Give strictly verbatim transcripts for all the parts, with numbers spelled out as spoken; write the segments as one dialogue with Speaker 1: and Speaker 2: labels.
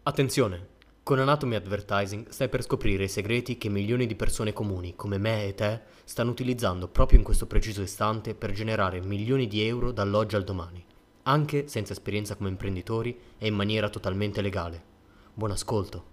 Speaker 1: Attenzione! Con Anatomy Advertising stai per scoprire i segreti che milioni di persone comuni, come me e te, stanno utilizzando proprio in questo preciso istante per generare milioni di euro dall'oggi al domani, anche senza esperienza come imprenditori e in maniera totalmente legale. Buon ascolto!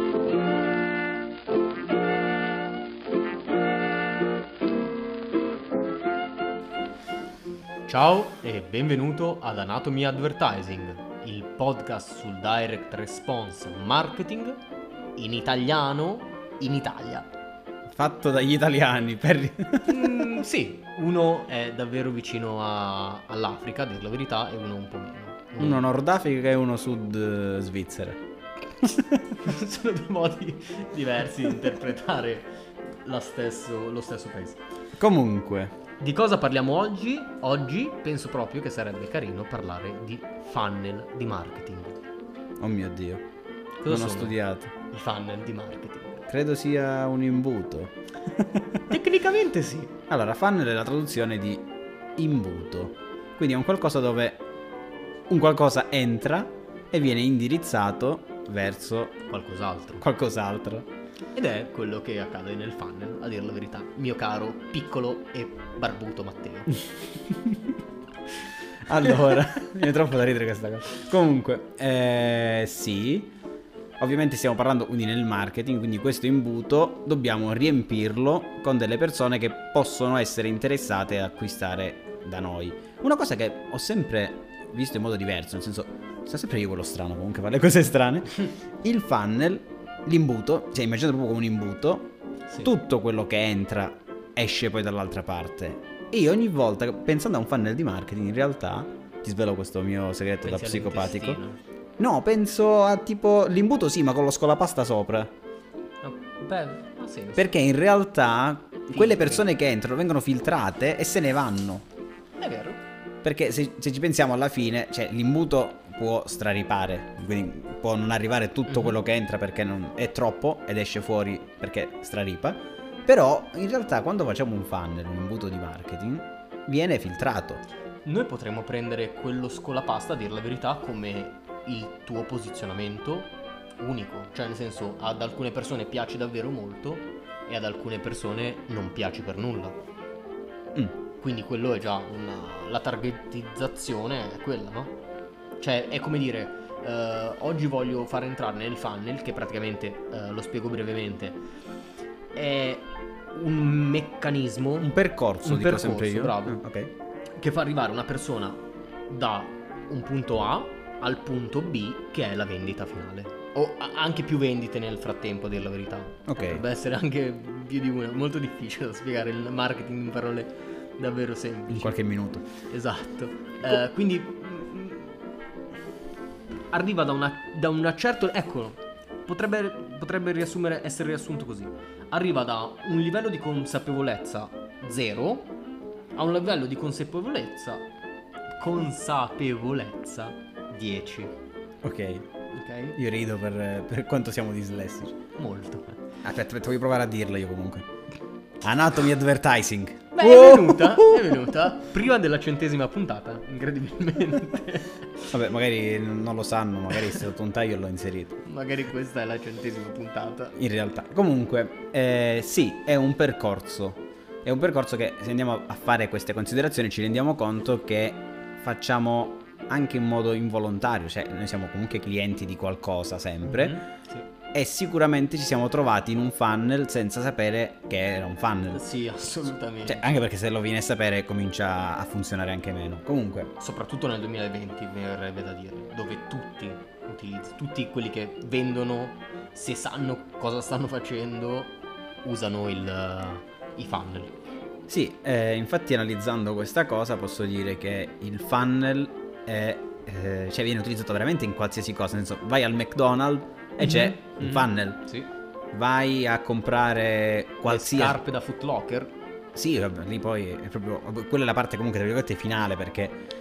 Speaker 1: Ciao e benvenuto ad Anatomy Advertising, il podcast sul direct response marketing in italiano in Italia.
Speaker 2: Fatto dagli italiani per...
Speaker 1: mm, sì, uno è davvero vicino a, all'Africa, a dir la verità, e uno un po' meno. Uno,
Speaker 2: uno Nord Africa e uno Sud eh, Svizzera.
Speaker 1: Sono due modi diversi di interpretare la stesso, lo stesso paese.
Speaker 2: Comunque,
Speaker 1: di cosa parliamo oggi? Oggi penso proprio che sarebbe carino parlare di funnel di marketing.
Speaker 2: oh mio Dio,
Speaker 1: Cosa
Speaker 2: non
Speaker 1: sono
Speaker 2: ho studiato.
Speaker 1: i funnel di marketing?
Speaker 2: Credo sia un imbuto.
Speaker 1: Tecnicamente sì.
Speaker 2: Allora, funnel è la traduzione di imbuto. Quindi è un qualcosa dove un qualcosa entra e viene indirizzato verso
Speaker 1: Qualcos'altro.
Speaker 2: qualcos'altro.
Speaker 1: Ed è quello che accade nel funnel, a dir la verità, mio caro, piccolo e barbuto Matteo.
Speaker 2: Allora, mi viene troppo da ridere questa cosa. Comunque, eh, sì, ovviamente stiamo parlando quindi nel marketing, quindi questo imbuto dobbiamo riempirlo con delle persone che possono essere interessate ad acquistare da noi. Una cosa che ho sempre visto in modo diverso, nel senso, sono sempre io quello strano comunque, fa le cose strane. Il funnel, l'imbuto, cioè immaginate proprio come un imbuto,
Speaker 1: Sì.
Speaker 2: tutto quello che entra esce poi dall'altra parte. E io ogni volta, pensando a un funnel di marketing, in realtà, ti svelo questo mio segreto da
Speaker 1: Pensi
Speaker 2: psicopatico.
Speaker 1: all'intestino.
Speaker 2: No, penso a tipo l'imbuto sì, ma con lo scolapasta sopra.
Speaker 1: No, beh, ha senso.
Speaker 2: Perché in realtà quelle persone che entrano vengono filtrate e se ne vanno.
Speaker 1: È vero.
Speaker 2: Perché se, se ci pensiamo alla fine, cioè l'imbuto può straripare, quindi può non arrivare tutto
Speaker 1: Mhm.
Speaker 2: quello che entra perché non è troppo ed esce fuori perché straripa. Però in realtà quando facciamo un funnel, un imbuto di marketing, viene filtrato.
Speaker 1: Noi potremmo prendere quello scolapasta, a dir la verità, come il tuo posizionamento unico. Cioè, nel senso, ad alcune persone piaci davvero molto e ad alcune persone non piaci per nulla.
Speaker 2: Mm.
Speaker 1: Quindi quello è già una... la targetizzazione è quella, no? Cioè, è come dire, eh, oggi voglio far entrare nel funnel, che praticamente, eh, lo spiego brevemente, è un meccanismo,
Speaker 2: Un percorso,
Speaker 1: Un
Speaker 2: dico
Speaker 1: percorso,
Speaker 2: sempre io.
Speaker 1: bravo.
Speaker 2: Ah, ok.
Speaker 1: che fa arrivare una persona da un punto A al punto B, che è la vendita finale. O a- anche più vendite nel frattempo, a dir la verità.
Speaker 2: Ok.
Speaker 1: Potrebbe essere anche più di una. Molto difficile da spiegare il marketing in parole davvero semplici.
Speaker 2: In qualche minuto.
Speaker 1: Esatto. Eh, quindi mm, arriva da una, da una certa... Eccolo. Potrebbe, potrebbe riassumere, essere riassunto così. Arriva da un livello di consapevolezza zero a un livello di consapevolezza consapevolezza dieci.
Speaker 2: Ok.
Speaker 1: Ok?
Speaker 2: Io rido per, per quanto siamo dislessici.
Speaker 1: Molto.
Speaker 2: Aspetta, aspetta, voglio provare a dirlo io comunque. Anatomy Advertising.
Speaker 1: Beh, è venuta, è venuta prima della centesima puntata, incredibilmente.
Speaker 2: Vabbè, magari non lo sanno, magari se sotto un taglio l'ho inserito.
Speaker 1: Magari questa è la centesima puntata.
Speaker 2: In realtà. Comunque, eh, sì, è un percorso. È un percorso che se andiamo a fare queste considerazioni ci rendiamo conto che facciamo anche in modo involontario. Cioè, noi siamo comunque clienti di qualcosa sempre.
Speaker 1: Mhm, sì.
Speaker 2: E sicuramente ci siamo trovati in un funnel senza sapere che era un funnel.
Speaker 1: Sì, assolutamente.
Speaker 2: Cioè, anche perché se lo viene a sapere comincia a funzionare anche meno. Comunque,
Speaker 1: Soprattutto nel duemilaventi, mi verrebbe da dire, dove tutti utilizzano, tutti quelli che vendono, se sanno cosa stanno facendo, usano il, i funnel.
Speaker 2: sì, eh, infatti analizzando questa cosa posso dire che il funnel è, eh, cioè viene utilizzato veramente in qualsiasi cosa. Nel senso, vai al McDonald's e c'è
Speaker 1: Mhm,
Speaker 2: un
Speaker 1: mhm.
Speaker 2: funnel.
Speaker 1: Sì.
Speaker 2: Vai a comprare
Speaker 1: Le
Speaker 2: qualsiasi...
Speaker 1: scarpe da Foot Locker.
Speaker 2: Sì, vabbè, lì poi è proprio... Quella è la parte comunque tra virgolette finale, perché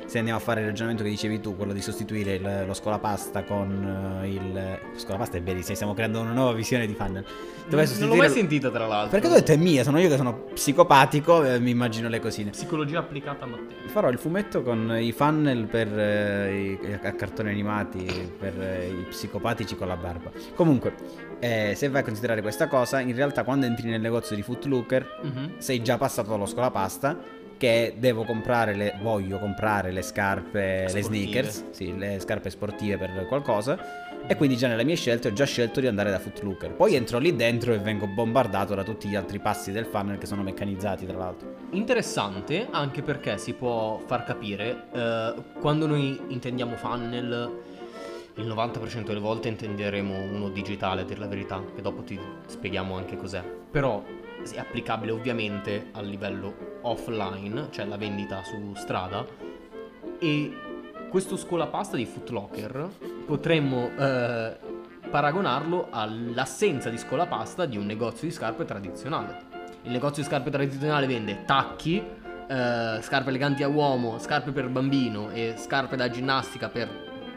Speaker 2: se andiamo a fare il ragionamento che dicevi tu, quello di sostituire il, lo scolapasta con uh, il scolapasta è bellissimo, stiamo creando una nuova visione di funnel.
Speaker 1: Non, non l'ho mai sentita, tra l'altro.
Speaker 2: Perché tu hai detto è mia, sono io che sono psicopatico e mi immagino le cosine.
Speaker 1: Psicologia applicata a Matteo.
Speaker 2: Farò il fumetto con i funnel per eh, i, a cartoni animati per eh, i psicopatici con la barba. Comunque, eh, se vai a considerare questa cosa, in realtà quando entri nel negozio di Foot Locker mm-hmm. sei già passato allo scolapasta, che devo comprare le voglio comprare le scarpe, sportive. Le sneakers, sì, le scarpe sportive per qualcosa. E quindi già nelle mie scelte ho già scelto di andare da Foot Locker. Poi entro lì dentro e vengo bombardato da tutti gli altri passi del funnel che sono meccanizzati, tra l'altro.
Speaker 1: Interessante, anche perché si può far capire eh, quando noi intendiamo funnel, il novanta per cento delle volte intenderemo uno digitale, a dir la verità, che dopo ti spieghiamo anche cos'è. Però è applicabile ovviamente a livello offline, cioè la vendita su strada, e questo scolapasta di Foot Locker potremmo eh, paragonarlo all'assenza di scolapasta di un negozio di scarpe tradizionale. Il negozio di scarpe tradizionale vende tacchi, eh, scarpe eleganti a uomo, scarpe per bambino e scarpe da ginnastica per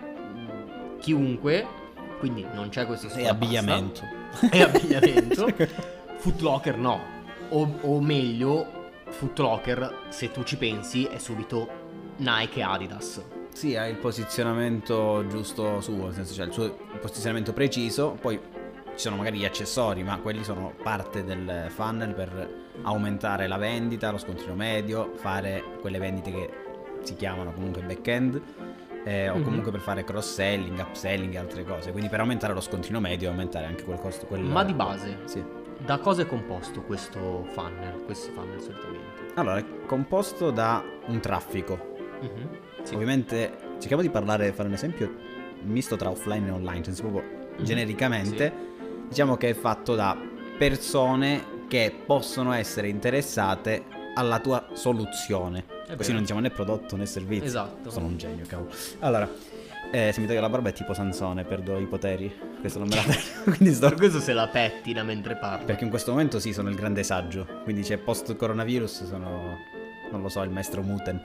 Speaker 1: mh, chiunque, quindi non c'è questo scolapasta.
Speaker 2: E abbigliamento.
Speaker 1: E abbigliamento. Foot Locker no, o, o meglio Foot Locker, se tu ci pensi, è subito Nike e Adidas.
Speaker 2: Sì, ha il posizionamento giusto suo, nel senso, cioè il suo posizionamento preciso. Poi ci sono magari gli accessori, ma quelli sono parte del funnel per aumentare la vendita, lo scontrino medio, fare quelle vendite che si chiamano comunque back-end, eh, o mm-hmm. comunque per fare cross-selling, upselling e altre cose. Quindi per aumentare lo scontrino medio e aumentare anche quel costo. Quel...
Speaker 1: Ma di base,
Speaker 2: sì.
Speaker 1: Da cosa è composto questo funnel, questi funnel solitamente?
Speaker 2: Allora, è composto da un traffico. Mm-hmm. Sì. Ovviamente cerchiamo di parlare, fare un esempio misto tra offline e online, cioè proprio mm-hmm. genericamente sì. Diciamo che è fatto da persone che possono essere interessate alla tua soluzione. È così vero. Non diciamo né prodotto né servizio.
Speaker 1: Esatto.
Speaker 2: Sono un genio, cavolo. Allora, eh, se mi taglio la barba è tipo Sansone, perdo i poteri. Questo non me la taglio. Quindi sto...
Speaker 1: Per questo se la pettina mentre parla.
Speaker 2: Perché in questo momento sì, sono il grande saggio. Quindi c'è post coronavirus, sono, non lo so, il maestro Muten.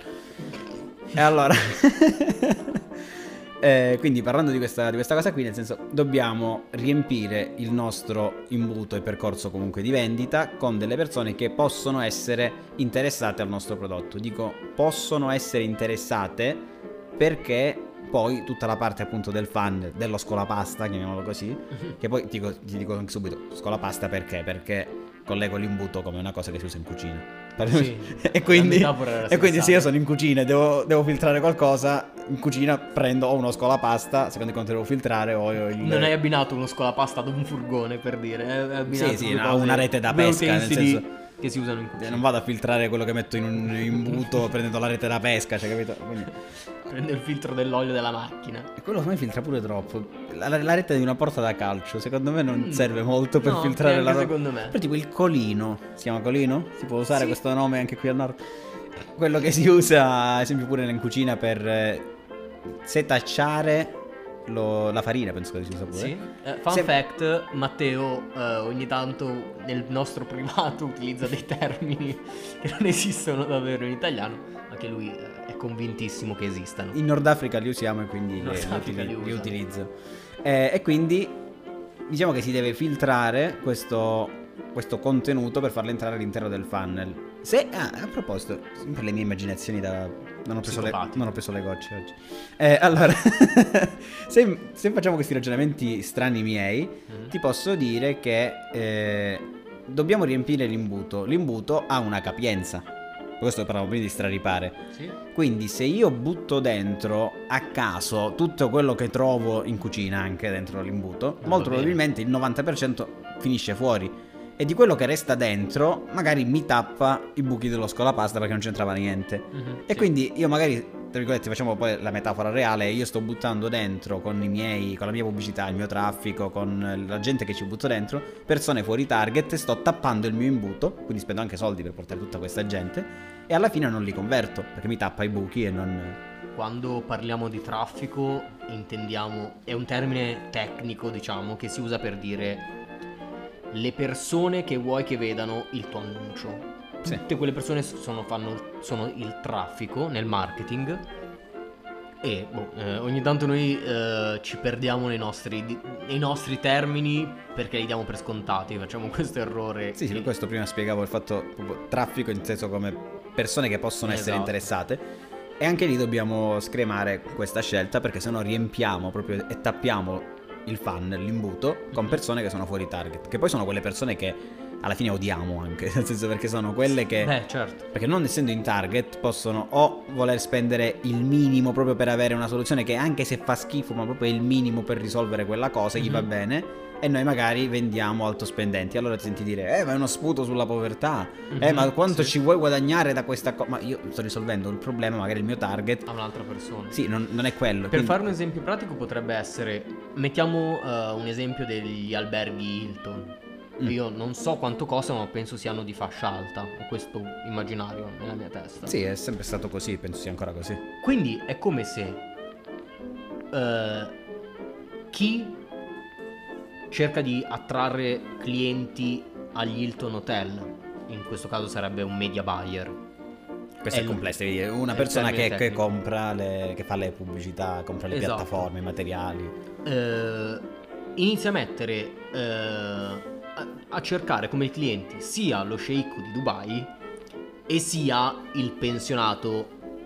Speaker 2: E allora eh, quindi parlando di questa, di questa cosa qui, nel senso, dobbiamo riempire il nostro imbuto e percorso comunque di vendita con delle persone che possono essere interessate al nostro prodotto. Dico possono essere interessate perché poi tutta la parte appunto del funnel, dello scolapasta, chiamiamolo così, che poi ti dico, ti dico anche subito scolapasta perché? Perché collego l'imbuto come una cosa che si usa in cucina. Sì, e quindi, e quindi se io sono in cucina e devo, devo filtrare qualcosa, in cucina prendo o uno scolapasta, secondo quanto devo filtrare, o il...
Speaker 1: Non hai abbinato uno scolapasta ad un furgone, per dire, hai abbinato
Speaker 2: sì, sì, no, una rete da pesca, nel senso
Speaker 1: che si usano in cucina.
Speaker 2: Non vado a filtrare quello che metto in un imbuto prendendo la rete da pesca, cioè, capito? Quindi...
Speaker 1: prendo il filtro dell'olio della macchina.
Speaker 2: E quello ormai filtra pure troppo. La, la, la rete di una porta da calcio, secondo me non mm. serve molto per
Speaker 1: no,
Speaker 2: filtrare la roba.
Speaker 1: secondo me.
Speaker 2: Però tipo il colino, si chiama colino? Si può usare
Speaker 1: sì.
Speaker 2: questo nome anche qui al nord? Quello che si usa, ad esempio, pure in cucina per eh, setacciare lo, la farina, penso che si usa pure.
Speaker 1: Sì. Uh, fun Se... fact, Matteo uh, ogni tanto nel nostro privato utilizza dei termini che non esistono davvero in italiano, ma che lui uh, è convintissimo che esistano.
Speaker 2: In Nord Africa li usiamo e quindi li, li, li, li utilizzo. Eh, e quindi diciamo che si deve filtrare questo, questo contenuto per farlo entrare all'interno del funnel. Se, ah, a proposito, sempre le mie immaginazioni da... Non ho preso, le, non ho preso le gocce oggi. Eh, allora, se, se facciamo questi ragionamenti strani miei, mm. ti posso dire che eh, dobbiamo riempire l'imbuto. L'imbuto ha una capienza. Questo parlavo prima di straripare.
Speaker 1: Sì.
Speaker 2: Quindi se io butto dentro a caso tutto quello che trovo in cucina anche dentro l'imbuto, non molto probabilmente il novanta per cento finisce fuori. E di quello che resta dentro magari mi tappa i buchi dello scolapasta perché non c'entrava niente. Mm-hmm, e sì. Quindi io magari, tra virgolette, facciamo poi la metafora reale, io sto buttando dentro con i miei, con la mia pubblicità, il mio traffico, con la gente che ci butto dentro, persone fuori target, sto tappando il mio imbuto, quindi spendo anche soldi per portare tutta questa gente e alla fine non li converto perché mi tappa i buchi e non...
Speaker 1: Quando parliamo di traffico intendiamo, è un termine tecnico, diciamo, che si usa per dire le persone che vuoi che vedano il tuo annuncio. Sì. Tutte quelle persone sono, fanno, sono il traffico nel marketing E boh, eh, ogni tanto noi eh, ci perdiamo nei nostri, di- nei nostri termini perché li diamo per scontati, facciamo questo errore.
Speaker 2: Sì, sì,
Speaker 1: che-
Speaker 2: per questo prima spiegavo il fatto proprio traffico in senso come persone che possono essere
Speaker 1: Esatto.
Speaker 2: interessate. E anche lì dobbiamo scremare questa scelta perché sennò riempiamo proprio e tappiamo il funnel, l'imbuto, con
Speaker 1: Mhm.
Speaker 2: persone che sono fuori target. Che poi sono quelle persone che alla fine odiamo anche, nel senso perché sono quelle che...
Speaker 1: Beh, certo.
Speaker 2: Perché non essendo in target possono o voler spendere il minimo proprio per avere una soluzione che anche se fa schifo ma proprio è il minimo per risolvere quella cosa, gli va
Speaker 1: Mhm.
Speaker 2: bene, e noi magari vendiamo altospendenti. Allora ti senti dire, eh ma è uno sputo sulla povertà, eh
Speaker 1: Mhm,
Speaker 2: ma quanto
Speaker 1: sì.
Speaker 2: ci vuoi guadagnare da questa cosa? Ma io sto risolvendo il problema, magari il mio target...
Speaker 1: A un'altra persona.
Speaker 2: Sì, non, non è quello.
Speaker 1: Per
Speaker 2: quindi-
Speaker 1: fare un esempio pratico potrebbe essere, mettiamo eh, un esempio degli alberghi Hilton.
Speaker 2: Mm.
Speaker 1: Io non so quanto costano, ma penso siano di fascia alta, ho questo immaginario nella mia testa.
Speaker 2: Sì, è sempre stato così, penso sia ancora così.
Speaker 1: Quindi è come se eh, chi cerca di attrarre clienti agli Hilton Hotel, in questo caso sarebbe un media buyer.
Speaker 2: Questo è,
Speaker 1: È il-
Speaker 2: complesso, devi dire, una
Speaker 1: è il
Speaker 2: persona
Speaker 1: termine
Speaker 2: che, che
Speaker 1: tecnico.
Speaker 2: compra le, che fa le pubblicità, compra le
Speaker 1: Esatto.
Speaker 2: piattaforme, i materiali.
Speaker 1: eh, inizia a mettere eh, a, a cercare come clienti sia lo sceicco di Dubai e sia il pensionato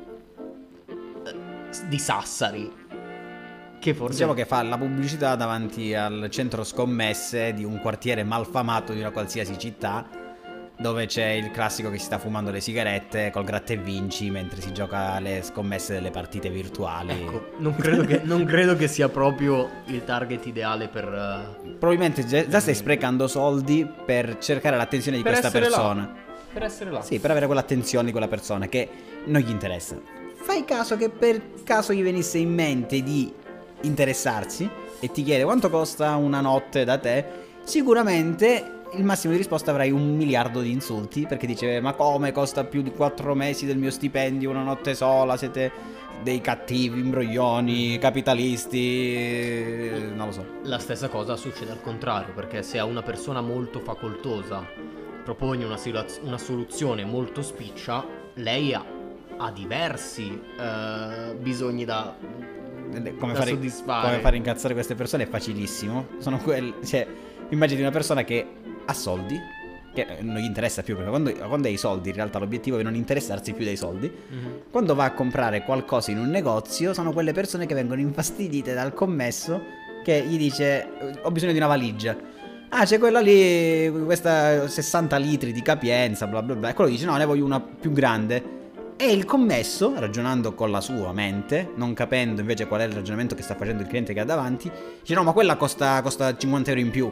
Speaker 1: eh, di Sassari, che forse
Speaker 2: Diciamo che fa la pubblicità davanti al centro scommesse di un quartiere malfamato di una qualsiasi città, dove c'è il classico che si sta fumando le sigarette col gratta e vinci mentre si gioca alle scommesse delle partite virtuali.
Speaker 1: ecco, non credo che, non credo che sia proprio il target ideale per eh,
Speaker 2: Probabilmente già, già stai sprecando soldi per cercare l'attenzione di
Speaker 1: Per
Speaker 2: questa
Speaker 1: essere là.
Speaker 2: persona.
Speaker 1: per essere là.
Speaker 2: Sì, per avere quell'attenzione di quella persona che non gli interessa. Fai caso che per caso gli venisse in mente di interessarsi e ti chiede quanto costa una notte da te, sicuramente il massimo di risposta avrai un miliardo di insulti, perché dice ma come costa più di quattro mesi del mio stipendio una notte sola, siete dei cattivi, imbroglioni, capitalisti, non lo so.
Speaker 1: La stessa cosa succede al contrario, perché se a una persona molto facoltosa proponi una, silaz- una soluzione molto spiccia, lei ha, ha diversi eh, bisogni da,
Speaker 2: Come
Speaker 1: da
Speaker 2: fare,
Speaker 1: soddisfare.
Speaker 2: come fare incazzare queste persone è facilissimo. Sono quelli, cioè, immagini una persona che ha soldi, che non gli interessa più, perché quando, quando hai soldi in realtà l'obiettivo è non interessarsi più dei soldi.
Speaker 1: Mhm.
Speaker 2: Quando va a comprare qualcosa in un negozio sono quelle persone che vengono infastidite dal commesso che gli dice ho bisogno di una valigia. Ah, c'è quella lì, questa sessanta litri di capienza, bla bla bla. E quello dice no, ne voglio una più grande. E il commesso, ragionando con la sua mente, non capendo invece qual è il ragionamento che sta facendo il cliente che ha davanti, dice no, ma quella costa, costa cinquanta euro in più.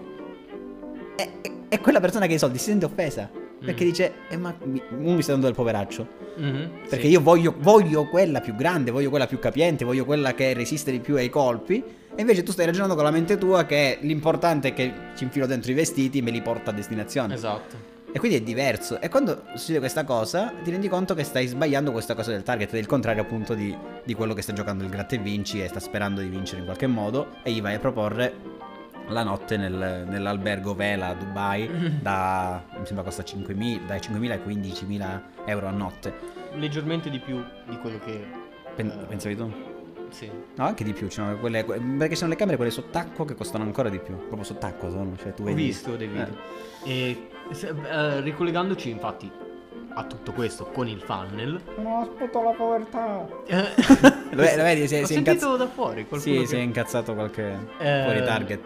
Speaker 2: E, e, e quella persona che ha i soldi si sente offesa, perché
Speaker 1: Mm.
Speaker 2: dice eh, ma mi, uno mi sta dando del poveraccio.
Speaker 1: Mhm,
Speaker 2: Perché
Speaker 1: sì.
Speaker 2: io voglio, voglio quella più grande, voglio quella più capiente, voglio quella che resiste di più ai colpi. E invece tu stai ragionando con la mente tua che l'importante è che ci infilo dentro i vestiti e me li porto a destinazione.
Speaker 1: Esatto.
Speaker 2: E quindi è diverso. E quando succede questa cosa ti rendi conto che stai sbagliando questa cosa del target. È il contrario appunto di, di quello che sta giocando il gratta e vinci e sta sperando di vincere in qualche modo. E gli vai a proporre la notte nel- nell'albergo Vela a Dubai da, mi sembra costa cinquemila, dai cinquemila ai quindicimila euro a notte.
Speaker 1: Leggermente di più di quello che
Speaker 2: Pen-
Speaker 1: eh,
Speaker 2: pensavi tu?
Speaker 1: sì.
Speaker 2: No, anche di più, ci sono quelle, que- perché ci sono le camere quelle sott'acqua che costano ancora di più. Proprio sott'acqua sono, cioè tu
Speaker 1: Ho
Speaker 2: vedi.
Speaker 1: visto dei video. E se- eh, ricollegandoci infatti a tutto questo con il funnel.
Speaker 2: No, sputo la povertà.
Speaker 1: eh,
Speaker 2: Lo, ve- lo vedi, si è,
Speaker 1: Ho
Speaker 2: si è
Speaker 1: sentito
Speaker 2: incazzato.
Speaker 1: da fuori qualcuno
Speaker 2: Sì,
Speaker 1: che-
Speaker 2: si è incazzato qualche
Speaker 1: Eh,
Speaker 2: fuori target.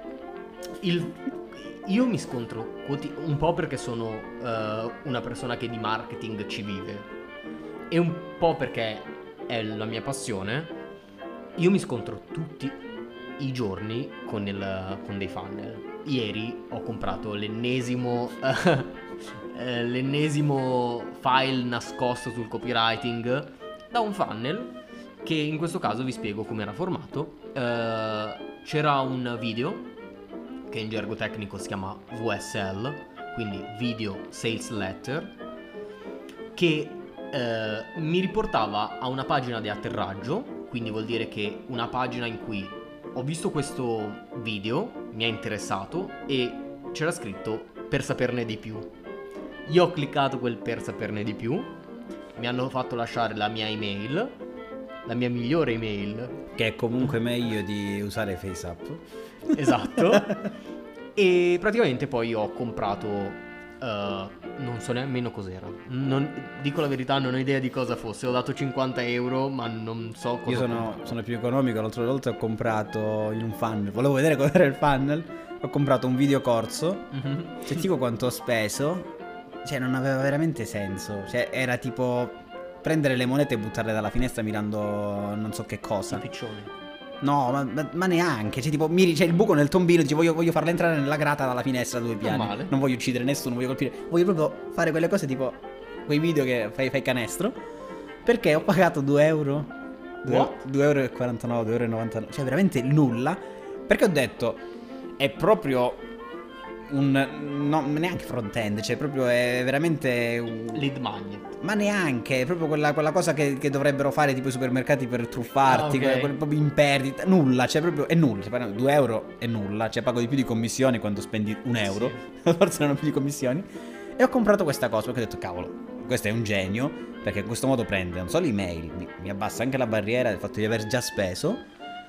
Speaker 1: il- io mi scontro quoti- un po' perché sono eh, una persona che di marketing ci vive e un po' perché è la mia passione. Io mi scontro tutti i giorni con, il, con dei funnel. Ieri ho comprato l'ennesimo eh, l'ennesimo file nascosto sul copywriting da un funnel che in questo caso vi spiego come era formato. Eh, c'era un video che in gergo tecnico si chiama V S L, quindi Video Sales Letter, che eh, mi riportava a una pagina di atterraggio, quindi vuol dire che una pagina in cui ho visto questo video, mi ha interessato e c'era scritto per saperne di più. Io ho cliccato quel per saperne di più, mi hanno fatto lasciare la mia email la mia migliore email.
Speaker 2: Che è comunque meglio di usare FaceApp.
Speaker 1: Esatto. E praticamente poi ho comprato, uh, non so nemmeno cos'era. Non, dico la verità, non ho idea di cosa fosse. Ho dato cinquanta euro, ma non so cosa.
Speaker 2: Io sono, sono più economico. L'altra volta ho comprato in un funnel. Volevo vedere cos'era il funnel. Ho comprato un videocorso. Mm-hmm. Cioè, tipo quanto ho speso. Cioè, non aveva veramente senso. Cioè, era tipo prendere le monete e buttarle dalla finestra mirando non so che cosa.
Speaker 1: I piccioni.
Speaker 2: No, ma, ma, ma neanche. Cioè, tipo, miri, c'è il buco nel tombino. Dici, voglio, voglio farla entrare nella grata dalla finestra a due piani.
Speaker 1: Normale.
Speaker 2: Non voglio uccidere nessuno, voglio colpire. Voglio proprio fare quelle cose tipo quei video che fai, fai canestro. Perché ho pagato due euro. due euro e quarantanove, due euro e novantanove. Cioè, veramente nulla. Perché ho detto, è proprio un, no, neanche front-end, cioè proprio è veramente un...
Speaker 1: lead magnet.
Speaker 2: Ma neanche, è proprio quella, quella cosa che, che dovrebbero fare tipo i supermercati per truffarti,
Speaker 1: Ah, okay.
Speaker 2: quella, quella proprio in perdita, nulla, cioè proprio è nulla, cioè, due euro è nulla, cioè pago di più di commissioni quando spendi un euro, sì. Forse non ho più di commissioni, e ho comprato questa cosa perché ho detto cavolo, questo è un genio, perché in questo modo prende non solo email, mi, mi abbassa anche la barriera del fatto di aver già speso,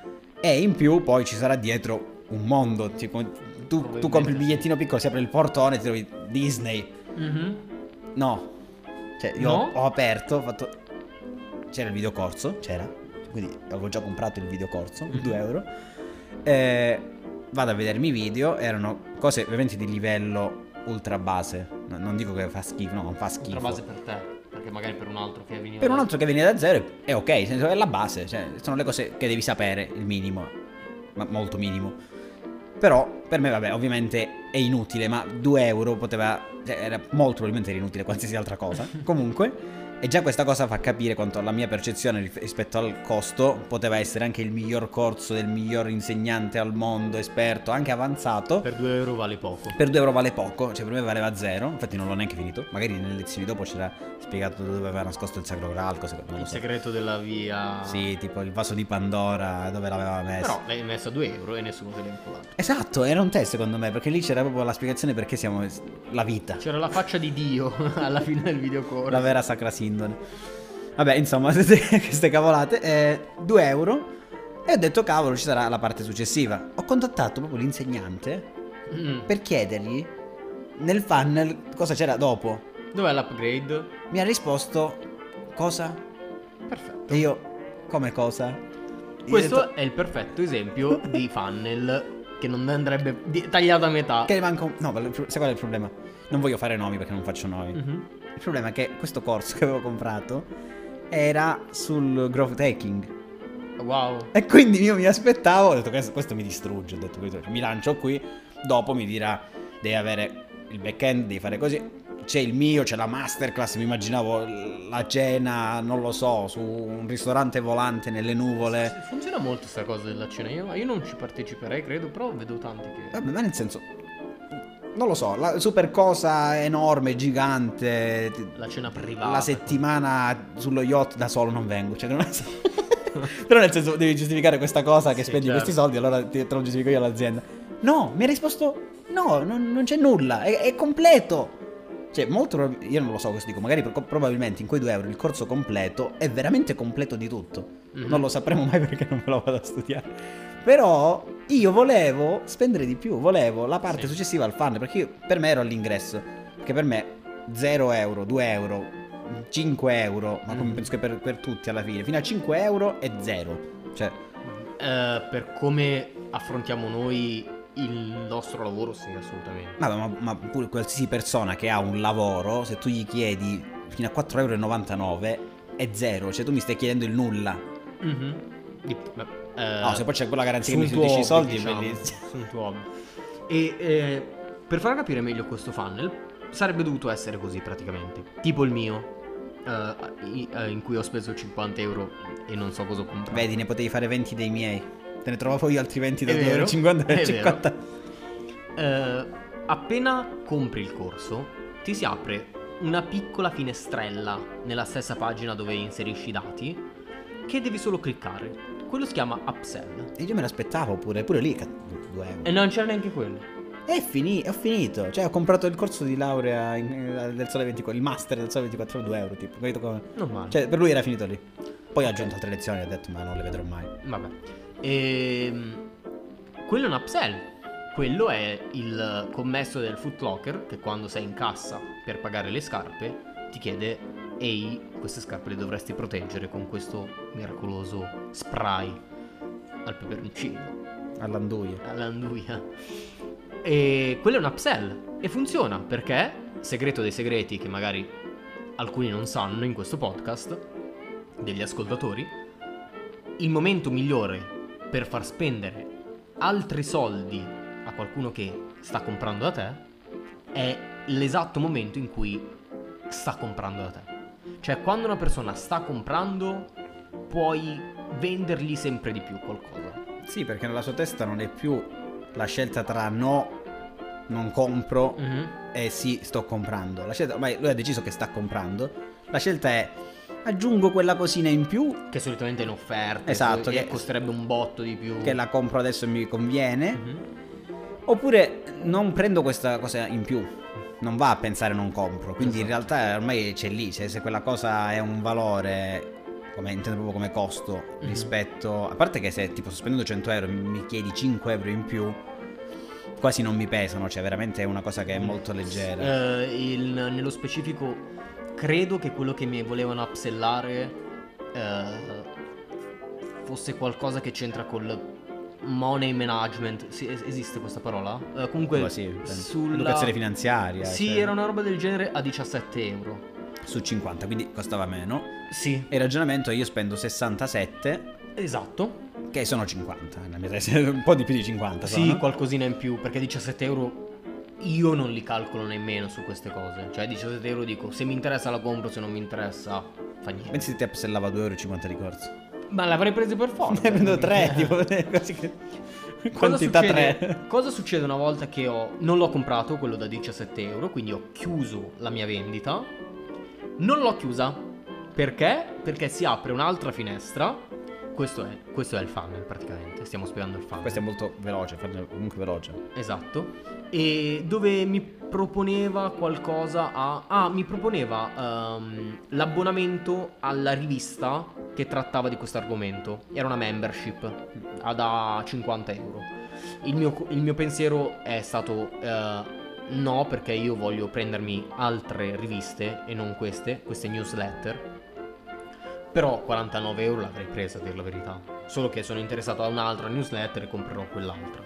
Speaker 2: e in più poi ci sarà dietro un mondo, tipo... Tu, tu compri il bigliettino piccolo, si apre il portone, ti trovi Disney. Mm-hmm. No. Cioè, io
Speaker 1: no?
Speaker 2: ho aperto, ho fatto... C'era il videocorso, c'era. Quindi avevo già comprato il videocorso, mm-hmm. due euro. Eh, vado a vedermi i video, erano cose ovviamente di livello ultra base. No, non dico che fa schifo, no, non fa schifo.
Speaker 1: Ultra base per te, perché magari per un altro che viene
Speaker 2: Per un altro che viene da zero è ok, nel senso è la base, cioè sono le cose che devi sapere, il minimo, ma molto minimo. Però per me vabbè ovviamente è inutile, ma due euro poteva, cioè, era molto probabilmente era inutile qualsiasi altra cosa. Comunque, e già questa cosa fa capire quanto la mia percezione rispetto al costo poteva essere anche il miglior corso del miglior insegnante al mondo, esperto, anche avanzato.
Speaker 1: Per due euro vale poco.
Speaker 2: Per due euro vale poco, cioè per me valeva zero, infatti non l'ho neanche finito. Magari nelle lezioni dopo c'era spiegato dove aveva nascosto il Sacro Graal, cose che non lo
Speaker 1: Il
Speaker 2: so.
Speaker 1: segreto della via.
Speaker 2: Sì, tipo il vaso di Pandora, dove l'aveva messo.
Speaker 1: Però l'hai messo a due euro e nessuno se l'ha inculato.
Speaker 2: Esatto, era un test secondo me, perché lì c'era proprio la spiegazione perché siamo la vita.
Speaker 1: C'era la faccia di Dio alla fine del videocorso.
Speaker 2: La vera sacra sindone. Vabbè, insomma, queste cavolate. Eh, due euro. E ho detto, cavolo, ci sarà la parte successiva. Ho contattato proprio l'insegnante mm. per chiedergli nel funnel cosa c'era dopo.
Speaker 1: Dov'è l'upgrade?
Speaker 2: Mi ha risposto, cosa?
Speaker 1: Perfetto.
Speaker 2: E io, come cosa?
Speaker 1: Questo
Speaker 2: detto,
Speaker 1: è il perfetto esempio di funnel che non andrebbe di- tagliato a metà.
Speaker 2: Che manca un... No, sai qual è il problema? Non voglio fare nomi perché non faccio nomi. Mm-hmm. Il problema è che questo corso che avevo comprato era sul growth hacking.
Speaker 1: Wow.
Speaker 2: E quindi io mi aspettavo, ho detto questo, questo mi distrugge, ho detto mi lancio qui, dopo mi dirà devi avere il back-end, devi fare così. C'è il mio, c'è la masterclass, mi immaginavo la cena, non lo so, su un ristorante volante nelle nuvole.
Speaker 1: Funziona molto sta cosa della cena, io, io non ci parteciperei credo, però vedo tanti che...
Speaker 2: Vabbè, ma nel senso, non lo so, la super cosa enorme, gigante.
Speaker 1: La cena privata.
Speaker 2: La settimana sullo yacht da solo non vengo, cioè non so. Però nel senso devi giustificare questa cosa che sì, spendi certo. questi soldi, allora te lo giustifico io all'azienda. No, mi ha risposto no, non, non c'è nulla, è, è completo. Cioè, molto, io non lo so questo dico, magari probabilmente in quei due euro il corso completo è veramente completo di tutto. Mm-hmm. Non lo sapremo mai perché non me lo vado a studiare. Però io volevo spendere di più, volevo la parte sì. successiva al funnel, perché io, per me ero all'ingresso, perché per me zero euro, due euro, cinque euro, ma come mm. penso che per, per tutti alla fine, fino a cinque euro è zero. Cioè,
Speaker 1: uh, per come affrontiamo noi il nostro lavoro, sì, assolutamente.
Speaker 2: Ma, ma, ma pure qualsiasi persona che ha un lavoro, se tu gli chiedi fino a quattro euro e novantanove è zero, cioè tu mi stai chiedendo il nulla. Mm-hmm. Di, uh, no, se poi c'è quella garanzia che mi dici i soldi, diciamo,
Speaker 1: bellissimo. E eh, per far capire meglio questo funnel sarebbe dovuto essere così praticamente, tipo il mio. Uh, in cui ho speso cinquanta euro e non so cosa ho comprato.
Speaker 2: Vedi, ne potevi fare venti dei miei. Te ne trovavo io altri venti da due euro cinquanta e cinquanta.
Speaker 1: Uh, appena compri il corso ti si apre una piccola finestrella nella stessa pagina dove inserisci i dati che devi solo cliccare. Quello si chiama upsell.
Speaker 2: E io me l'aspettavo pure, pure lì due euro.
Speaker 1: E non c'era neanche quello.
Speaker 2: E fini- ho finito, cioè ho comprato il corso di laurea in, del Sole ventiquattro, il master del Sole ventiquattro a due euro tipo, capito come?
Speaker 1: Non male.
Speaker 2: Cioè per lui era finito lì. Poi poi ha aggiunto altre lezioni e ha detto ma non le vedrò mai.
Speaker 1: Vabbè. Ehm, quello è un upsell. Quello è il commesso del Foot Locker che quando sei in cassa per pagare le scarpe ti chiede: ehi, queste scarpe le dovresti proteggere con questo miracoloso spray al peperoncino,
Speaker 2: All'anduia.
Speaker 1: all'anduia. E quello è un upsell e funziona perché, segreto dei segreti che magari alcuni non sanno in questo podcast, degli ascoltatori, il momento migliore per far spendere altri soldi a qualcuno che sta comprando da te è l'esatto momento in cui sta comprando da te. Cioè, quando una persona sta comprando, puoi vendergli sempre di più qualcosa.
Speaker 2: Sì, perché nella sua testa non è più la scelta tra no, non compro,
Speaker 1: Mm-hmm.
Speaker 2: e sì, sto comprando. La scelta, ormai lui ha deciso che sta comprando. La scelta è: aggiungo quella cosina in più,
Speaker 1: Che solitamente è in offerta,
Speaker 2: Esatto,
Speaker 1: e
Speaker 2: che-
Speaker 1: costerebbe un botto di più.
Speaker 2: che la compro adesso e mi conviene.
Speaker 1: Mhm.
Speaker 2: Oppure non prendo questa cosa in più, non va a pensare non compro. Quindi in
Speaker 1: Esatto.
Speaker 2: realtà ormai c'è lì. Se, se quella cosa è un valore, come intendo proprio come costo,
Speaker 1: Mhm.
Speaker 2: rispetto. A parte che se tipo sto spendendo cento euro e mi chiedi cinque euro in più, quasi non mi pesano. Cioè veramente è una cosa che è molto leggera.
Speaker 1: Eh, il- nello specifico, credo che quello che mi volevano upsellare eh, fosse qualcosa che c'entra col money management. Sì, es- esiste questa parola? Eh, comunque,
Speaker 2: Ma sì, penso.
Speaker 1: sulla...
Speaker 2: Educazione finanziaria.
Speaker 1: Sì,
Speaker 2: cioè,
Speaker 1: era una roba del genere a diciassette euro.
Speaker 2: su cinquanta, quindi costava meno.
Speaker 1: Sì,
Speaker 2: E il ragionamento è: io spendo sessantasette,
Speaker 1: esatto.
Speaker 2: che sono cinquanta. Nella mia testa, un po' di più di cinquanta.
Speaker 1: Sì,
Speaker 2: sono.
Speaker 1: qualcosina in più, perché diciassette euro io non li calcolo nemmeno su queste cose. Cioè, diciassette euro dico, se mi interessa la compro, se non mi interessa fa niente.
Speaker 2: Pensi se ti upsellava due euro e cinquanta di corso?
Speaker 1: Ma l'avrei preso per forza.
Speaker 2: Ne prendo tre, tipo, così che...
Speaker 1: Cosa
Speaker 2: quantità
Speaker 1: succede,
Speaker 2: tre.
Speaker 1: cosa succede una volta che ho non l'ho comprato quello da diciassette euro, quindi ho chiuso la mia vendita? Non l'ho chiusa. Perché? Perché si apre un'altra finestra. Questo è, questo è il funnel praticamente. Stiamo spiegando il funnel.
Speaker 2: Questo è molto veloce, farlo comunque veloce.
Speaker 1: Esatto. E dove mi proponeva qualcosa a... Ah, mi proponeva ehm, l'abbonamento alla rivista che trattava di questo argomento. Era una membership a da cinquanta euro. Il mio, il mio pensiero è stato eh, no, perché io voglio prendermi altre riviste e non queste, queste newsletter. Però quarantanove euro l'avrei presa, a dir la verità. Solo che sono interessato a un'altra newsletter e comprerò quell'altra.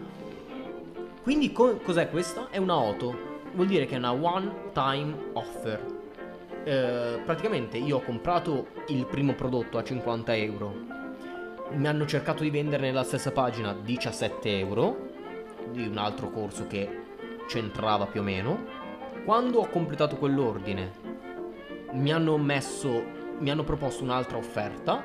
Speaker 1: Quindi co- cos'è questa? È una auto. Vuol dire che è una one time offer. Eh, praticamente io ho comprato il primo prodotto a cinquanta euro. Mi hanno cercato di vendere nella stessa pagina diciassette euro di un altro corso che c'entrava più o meno. Quando ho completato quell'ordine mi hanno messo mi hanno proposto un'altra offerta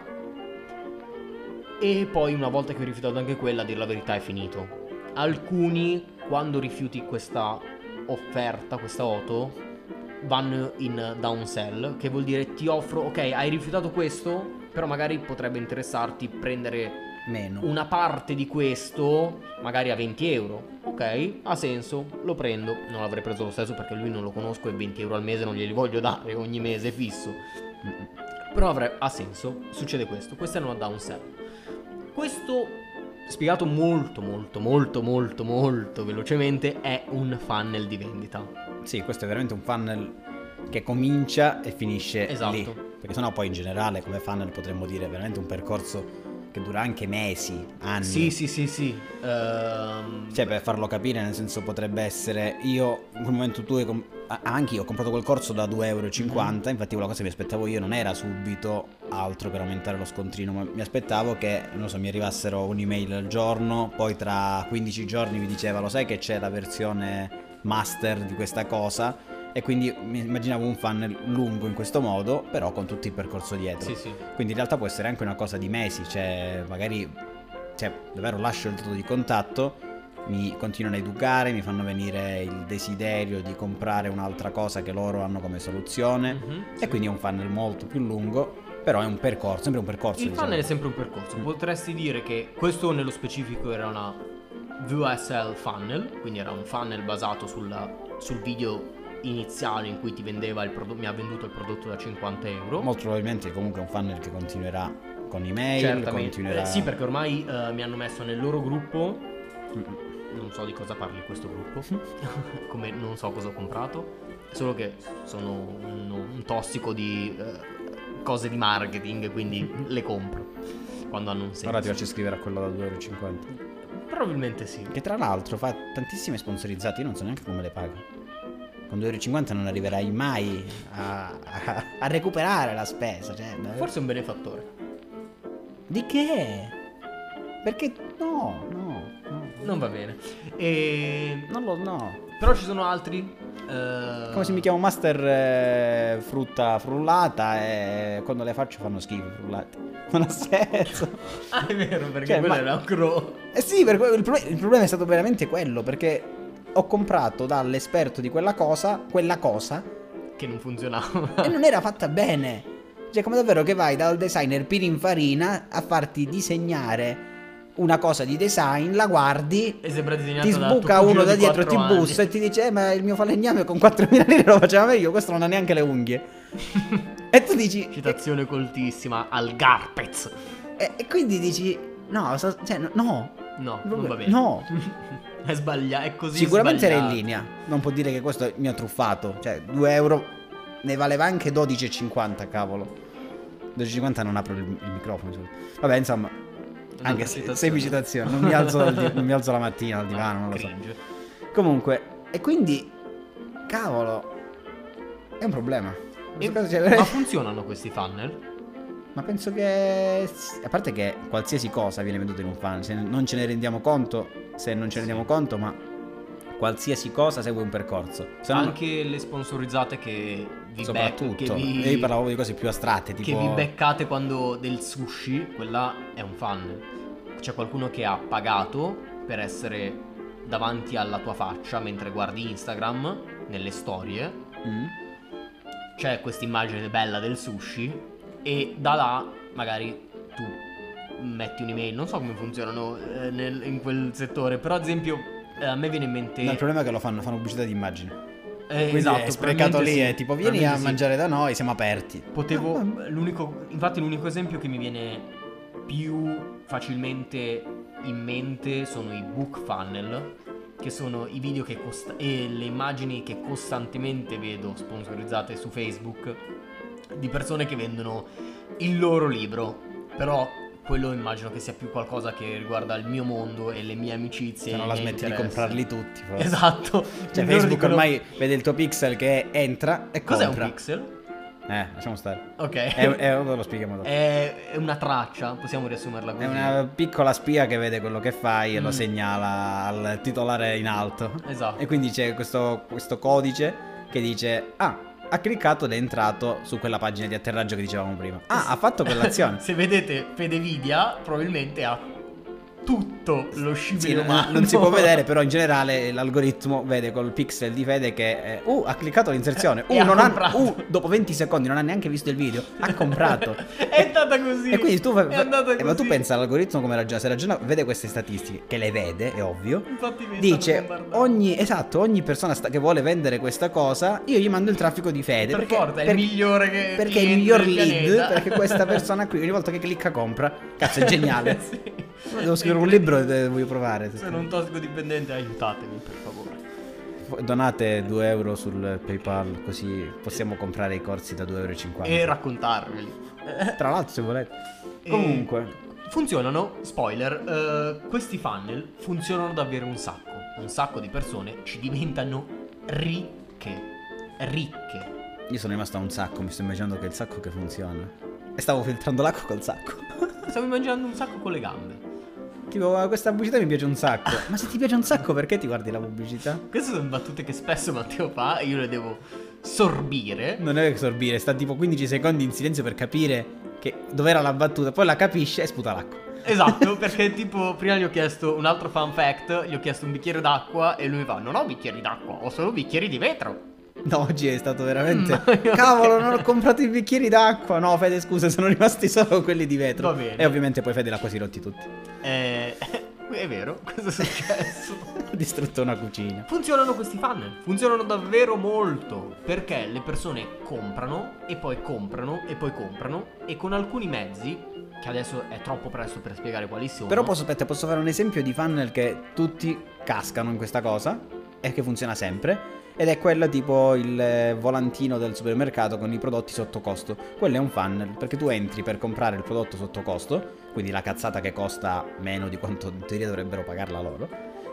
Speaker 1: e poi una volta che ho rifiutato anche quella, a dir la verità, è finito. Alcuni, quando rifiuti questa offerta, questa auto, vanno in downsell, che vuol dire ti offro, ok, hai rifiutato questo, però magari potrebbe interessarti prendere
Speaker 2: Meno.
Speaker 1: una parte di questo, magari a venti euro. Ok, ha senso, lo prendo. Non l'avrei preso lo stesso perché lui non lo conosco e venti euro al mese non glieli voglio dare ogni mese fisso. Però avre- ha senso, succede questo. Questa è una downsell. Questo, spiegato molto molto molto molto molto velocemente, è un funnel di vendita.
Speaker 2: Sì, questo è veramente un funnel che comincia e finisce
Speaker 1: Esatto.
Speaker 2: lì. Perché sennò poi in generale come funnel potremmo dire veramente un percorso che dura anche mesi, anni.
Speaker 1: Sì sì sì sì Ehm,
Speaker 2: Cioè, per farlo capire, nel senso, potrebbe essere: io in quel momento tu hai com- ah, anche io ho comprato quel corso da due euro e cinquanta.
Speaker 1: Mm-hmm.
Speaker 2: Infatti quella cosa che mi aspettavo io non era subito altro per aumentare lo scontrino, ma mi aspettavo che, non so, mi arrivassero un'email al giorno, poi tra quindici giorni mi diceva: lo sai che c'è la versione master di questa cosa? E quindi mi immaginavo un funnel lungo in questo modo, però con tutto il percorso dietro.
Speaker 1: Sì sì
Speaker 2: Quindi in realtà può essere anche una cosa di mesi, cioè magari, cioè davvero lascio il dato di contatto, mi continuano a educare, mi fanno venire il desiderio di comprare un'altra cosa che loro hanno come soluzione,
Speaker 1: Mhm,
Speaker 2: e
Speaker 1: sì.
Speaker 2: quindi è un funnel molto più lungo, però è un percorso, sempre un percorso.
Speaker 1: Il
Speaker 2: diciamo.
Speaker 1: funnel è sempre un percorso. Potresti dire che questo nello specifico era una V S L funnel, quindi era un funnel basato sulla- sul video iniziale in cui ti vendeva il prodotto, mi ha venduto il prodotto da cinquanta euro.
Speaker 2: Molto probabilmente comunque è un funnel che continuerà con email.
Speaker 1: Certamente.
Speaker 2: Continuerà...
Speaker 1: Eh, sì, perché ormai uh, mi hanno messo nel loro gruppo. Non so di cosa parli questo gruppo. Come non so cosa ho comprato. Solo che sono un, un tossico di uh, cose di marketing, quindi le compro quando hanno un senso.
Speaker 2: Ora ti faccio scrivere a quello da due euro e cinquanta.
Speaker 1: Probabilmente sì.
Speaker 2: Che tra l'altro fa tantissime sponsorizzate, io non so neanche come le paga. Con due euro e cinquanta non arriverai mai a, a, a recuperare la spesa. Cioè,
Speaker 1: forse è un benefattore.
Speaker 2: Di che? Perché no, no, no.
Speaker 1: Non va bene. E...
Speaker 2: Non lo no.
Speaker 1: Però ci sono altri. Uh...
Speaker 2: Come se mi chiamo Master eh, frutta frullata e quando le faccio fanno schifo frullate. Non ha senso.
Speaker 1: Ah, è vero, perché
Speaker 2: cioè,
Speaker 1: quello
Speaker 2: ma...
Speaker 1: era un crow.
Speaker 2: Eh sì, perché il, pro... il problema è stato veramente quello, perché ho comprato dall'esperto di quella cosa, quella cosa
Speaker 1: che non funzionava
Speaker 2: e non era fatta bene. Cioè, come davvero che vai dal designer Pininfarina a farti disegnare una cosa di design, la guardi,
Speaker 1: e sembra disegnato
Speaker 2: ti sbuca uno da dietro, ti bussa e ti dice eh, ma il mio falegname con quattromila lire lo faceva meglio, questo non ha neanche le unghie. E tu dici...
Speaker 1: Citazione coltissima al Garpez.
Speaker 2: E, e quindi dici no, so, cioè no, no,
Speaker 1: no, non va bene.
Speaker 2: No.
Speaker 1: È sbagliato, è così
Speaker 2: sicuramente
Speaker 1: sbagliato.
Speaker 2: Era in linea. Non può dire che questo mi ha truffato. Cioè due euro ne valeva anche dodici e cinquanta, cavolo. dodici e cinquanta non apro il, il microfono. Vabbè, insomma, anche se semicitazione. Non mi alzo, non mi alzo la mattina al divano, non lo so. Comunque, e quindi cavolo, è un problema.
Speaker 1: E,
Speaker 2: cioè,
Speaker 1: ma funzionano questi funnel?
Speaker 2: Ma penso che, a parte che qualsiasi cosa viene venduta in un funnel, se non ce ne rendiamo conto, se non ce ne rendiamo conto, ma qualsiasi cosa segue un percorso. Se
Speaker 1: anche non... le sponsorizzate che vi
Speaker 2: soprattutto,
Speaker 1: bec- che vi...
Speaker 2: io parlavo di cose più astratte, tipo...
Speaker 1: che vi beccate quando del sushi, quella è un funnel. C'è qualcuno che ha pagato per essere davanti alla tua faccia mentre guardi Instagram, nelle storie. Mm. C'è questa immagine bella del sushi e da là magari tu metti un'email, non so come funzionano eh, nel, in quel settore, però ad esempio eh, a me viene in mente...
Speaker 2: No, il problema è che lo fanno, fanno pubblicità di immagine.
Speaker 1: Eh,
Speaker 2: Quindi
Speaker 1: esatto,
Speaker 2: è sprecato lì,
Speaker 1: sì.
Speaker 2: è tipo vieni a
Speaker 1: sì.
Speaker 2: mangiare da noi, siamo aperti.
Speaker 1: Potevo, ah, l'unico, infatti l'unico esempio che mi viene più facilmente in mente sono i book funnel, che sono i video che costa- e le immagini che costantemente vedo sponsorizzate su Facebook di persone che vendono il loro libro, però quello immagino che sia più qualcosa che riguarda il mio mondo e le mie amicizie.
Speaker 2: Se non la smetti di comprarli tutti, forse.
Speaker 1: Esatto.
Speaker 2: Cioè Facebook dicono... ormai vede il tuo pixel che entra e
Speaker 1: cos'è
Speaker 2: compra.
Speaker 1: Un pixel?
Speaker 2: Eh, lasciamo stare.
Speaker 1: Ok.
Speaker 2: È, è, lo spieghiamo dopo.
Speaker 1: È, è una traccia, possiamo riassumerla così.
Speaker 2: È una piccola spia che vede quello che fai e
Speaker 1: mm.
Speaker 2: lo segnala al titolare in alto.
Speaker 1: Esatto.
Speaker 2: E quindi c'è questo, questo codice che dice ah, ha cliccato ed è entrato su quella pagina di atterraggio che dicevamo prima. Ah, ha fatto quell'azione.
Speaker 1: Se vedete Fedevidia, probabilmente ha tutto lo scibile
Speaker 2: sì,
Speaker 1: umano.
Speaker 2: Non si può vedere, però in generale l'algoritmo vede col pixel di Fede che eh, uh, ha cliccato l'inserzione. Uh, non ha, uh, dopo venti secondi non ha neanche visto il video. Ha comprato.
Speaker 1: È andata così.
Speaker 2: E quindi tu,
Speaker 1: è andata
Speaker 2: eh,
Speaker 1: così.
Speaker 2: Ma tu pensa all'algoritmo come ragiona? Se ragiona, vede queste statistiche, che le vede, è ovvio.
Speaker 1: Infatti mi
Speaker 2: dice ogni, esatto, ogni persona sta, che vuole vendere questa cosa, io gli mando il traffico di Fede.
Speaker 1: Per
Speaker 2: perché,
Speaker 1: forza, è
Speaker 2: per,
Speaker 1: il migliore che
Speaker 2: perché è il miglior lead.
Speaker 1: pianeta.
Speaker 2: Perché questa persona qui ogni volta che clicca compra. Cazzo, è geniale.
Speaker 1: Sì.
Speaker 2: Devo scrivere un libro e voglio provare.
Speaker 1: Sono un tossicodipendente, aiutatemi per favore.
Speaker 2: Donate due euro sul PayPal così possiamo comprare i corsi da due euro e cinquanta.
Speaker 1: E raccontarveli.
Speaker 2: Tra l'altro se volete.
Speaker 1: E
Speaker 2: comunque
Speaker 1: funzionano, spoiler, uh, questi funnel funzionano davvero un sacco. Un sacco di persone ci diventano ricche. Ricche.
Speaker 2: Io sono rimasto a un sacco, mi sto immaginando che è il sacco che funziona. E stavo filtrando l'acqua col sacco.
Speaker 1: Stavo mangiando un sacco con le gambe.
Speaker 2: Tipo, questa pubblicità mi piace un sacco. Ma se ti piace un sacco, perché ti guardi la pubblicità?
Speaker 1: Queste sono battute che spesso Matteo fa e io le devo sorbire.
Speaker 2: Non è sorbire, sta tipo quindici secondi in silenzio per capire che dov'era la battuta. Poi la capisce e sputa l'acqua.
Speaker 1: Esatto, perché tipo prima gli ho chiesto un altro fun fact, gli ho chiesto un bicchiere d'acqua e lui mi fa non ho bicchieri d'acqua, ho solo bicchieri di vetro.
Speaker 2: No, oggi è stato veramente cavolo, non ho comprato i bicchieri d'acqua. No, Fede, scusa, sono rimasti solo quelli di vetro.
Speaker 1: Va bene.
Speaker 2: E ovviamente poi Fede l'ha quasi rotti tutti.
Speaker 1: Eh, è vero, cosa è successo?
Speaker 2: Ho distrutto una cucina.
Speaker 1: Funzionano questi funnel, funzionano davvero molto, perché le persone comprano e poi comprano e poi comprano, e con alcuni mezzi, che adesso è troppo presto per spiegare quali sono.
Speaker 2: Però posso, aspetta, posso fare un esempio di funnel che tutti cascano in questa cosa e che funziona sempre. Ed è quello tipo il volantino del supermercato con i prodotti sotto costo. Quello è un funnel, perché tu entri per comprare il prodotto sotto costo, quindi la cazzata che costa meno di quanto in teoria dovrebbero pagarla loro,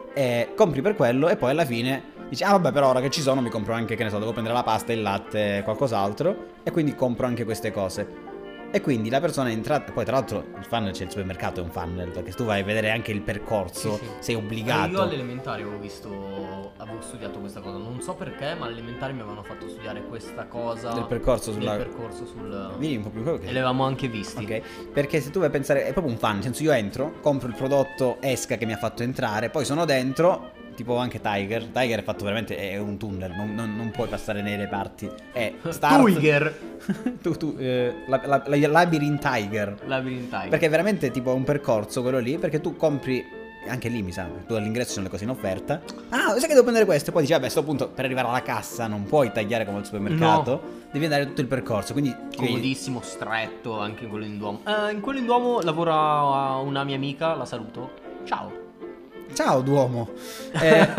Speaker 2: e compri per quello e poi alla fine dici ah vabbè, però ora che ci sono mi compro anche, che ne so, devo prendere la pasta, il latte, qualcos'altro, e quindi compro anche queste cose. E quindi la persona entra. Poi tra l'altro il funnel, c'è il supermercato, è un funnel, perché se tu vai a vedere anche il percorso,
Speaker 1: sì, sì.
Speaker 2: sei obbligato.
Speaker 1: Io all'elementare avevo visto, avevo studiato questa cosa, non so perché, ma all'elementare mi avevano fatto studiare questa cosa
Speaker 2: Del percorso sulla...
Speaker 1: del percorso sul...
Speaker 2: Vieni un po' più che...
Speaker 1: E l'avevamo anche visti.
Speaker 2: Ok, perché se tu vai a pensare, è proprio un funnel, nel senso io entro, compro il prodotto, esca che mi ha fatto entrare, poi sono dentro, tipo anche Tiger. Tiger è fatto veramente, è un tunnel, non, non, non puoi passare nei reparti. È start...
Speaker 1: Tiger!
Speaker 2: tu, tu, eh, la, la, la, Labyrinth Tiger.
Speaker 1: Labyrinth Tiger.
Speaker 2: Perché è veramente tipo un percorso quello lì, perché tu compri, anche lì mi sa, tu all'ingresso sono le cose in offerta. Ah, sai che devo prendere questo? E poi dici, vabbè, a sto punto per arrivare alla cassa non puoi tagliare come al supermercato, no. Devi andare tutto il percorso, quindi...
Speaker 1: comodissimo, stretto, anche in quello in Duomo. Eh, in quello in Duomo lavora una mia amica, la saluto. Ciao.
Speaker 2: Ciao Duomo. È,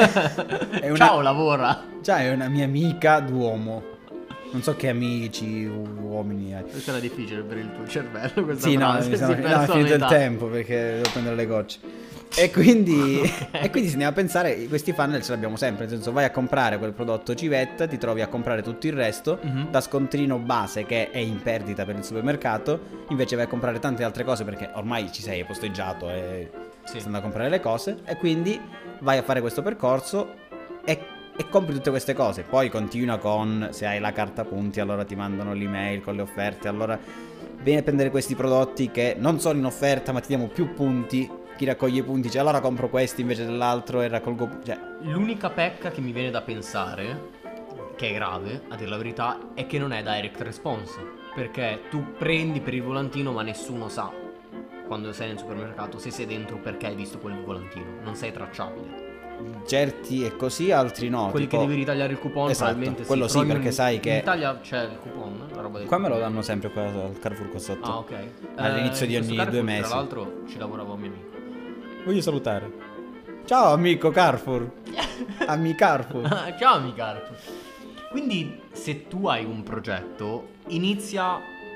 Speaker 2: è una...
Speaker 1: Ciao, lavora.
Speaker 2: Ciao, è una mia amica Duomo. Non so che amici uomini hai.
Speaker 1: Questo era difficile per il tuo cervello, questa
Speaker 2: sì,
Speaker 1: frase.
Speaker 2: no, mi sono, no, è finito il tempo perché devo prendere le gocce. E quindi, okay. E quindi se andiamo a pensare, questi funnel ce l'abbiamo sempre. Nel senso, vai a comprare quel prodotto civetta, ti trovi a comprare tutto il resto, mm-hmm. da scontrino base che è in perdita per il supermercato. Invece vai a comprare tante altre cose perché ormai ci sei, è posteggiato e sì. Stai andando a comprare le cose. E quindi vai a fare questo percorso e, e compri tutte queste cose. Poi continua con, se hai la carta punti, allora ti mandano l'email con le offerte. Allora vieni a prendere questi prodotti che non sono in offerta ma ti diamo più punti. Chi raccoglie i punti dice allora compro questi invece dell'altro e raccolgo, cioè...
Speaker 1: L'unica pecca che mi viene da pensare, che è grave a dire la verità, è che non è direct response, perché tu prendi per il volantino ma nessuno sa quando sei nel supermercato se sei dentro perché hai visto quel volantino, non sei tracciabile.
Speaker 2: Certi è così, altri no.
Speaker 1: Quelli
Speaker 2: tipo...
Speaker 1: che devi ritagliare il coupon,
Speaker 2: esatto,
Speaker 1: probabilmente
Speaker 2: quello
Speaker 1: sì,
Speaker 2: sì, perché
Speaker 1: in,
Speaker 2: sai che
Speaker 1: in Italia c'è il coupon, la roba del
Speaker 2: qua me lo
Speaker 1: coupon.
Speaker 2: danno sempre qua al Carrefour qua sotto.
Speaker 1: Ah, ok.
Speaker 2: All'inizio
Speaker 1: eh,
Speaker 2: di ogni
Speaker 1: Carrefour,
Speaker 2: due mesi.
Speaker 1: Tra l'altro ci lavorava un mio amico.
Speaker 2: Voglio salutare. Ciao amico Carrefour. Amico Carrefour.
Speaker 1: Ciao amico Carrefour. Quindi se tu hai un progetto, inizia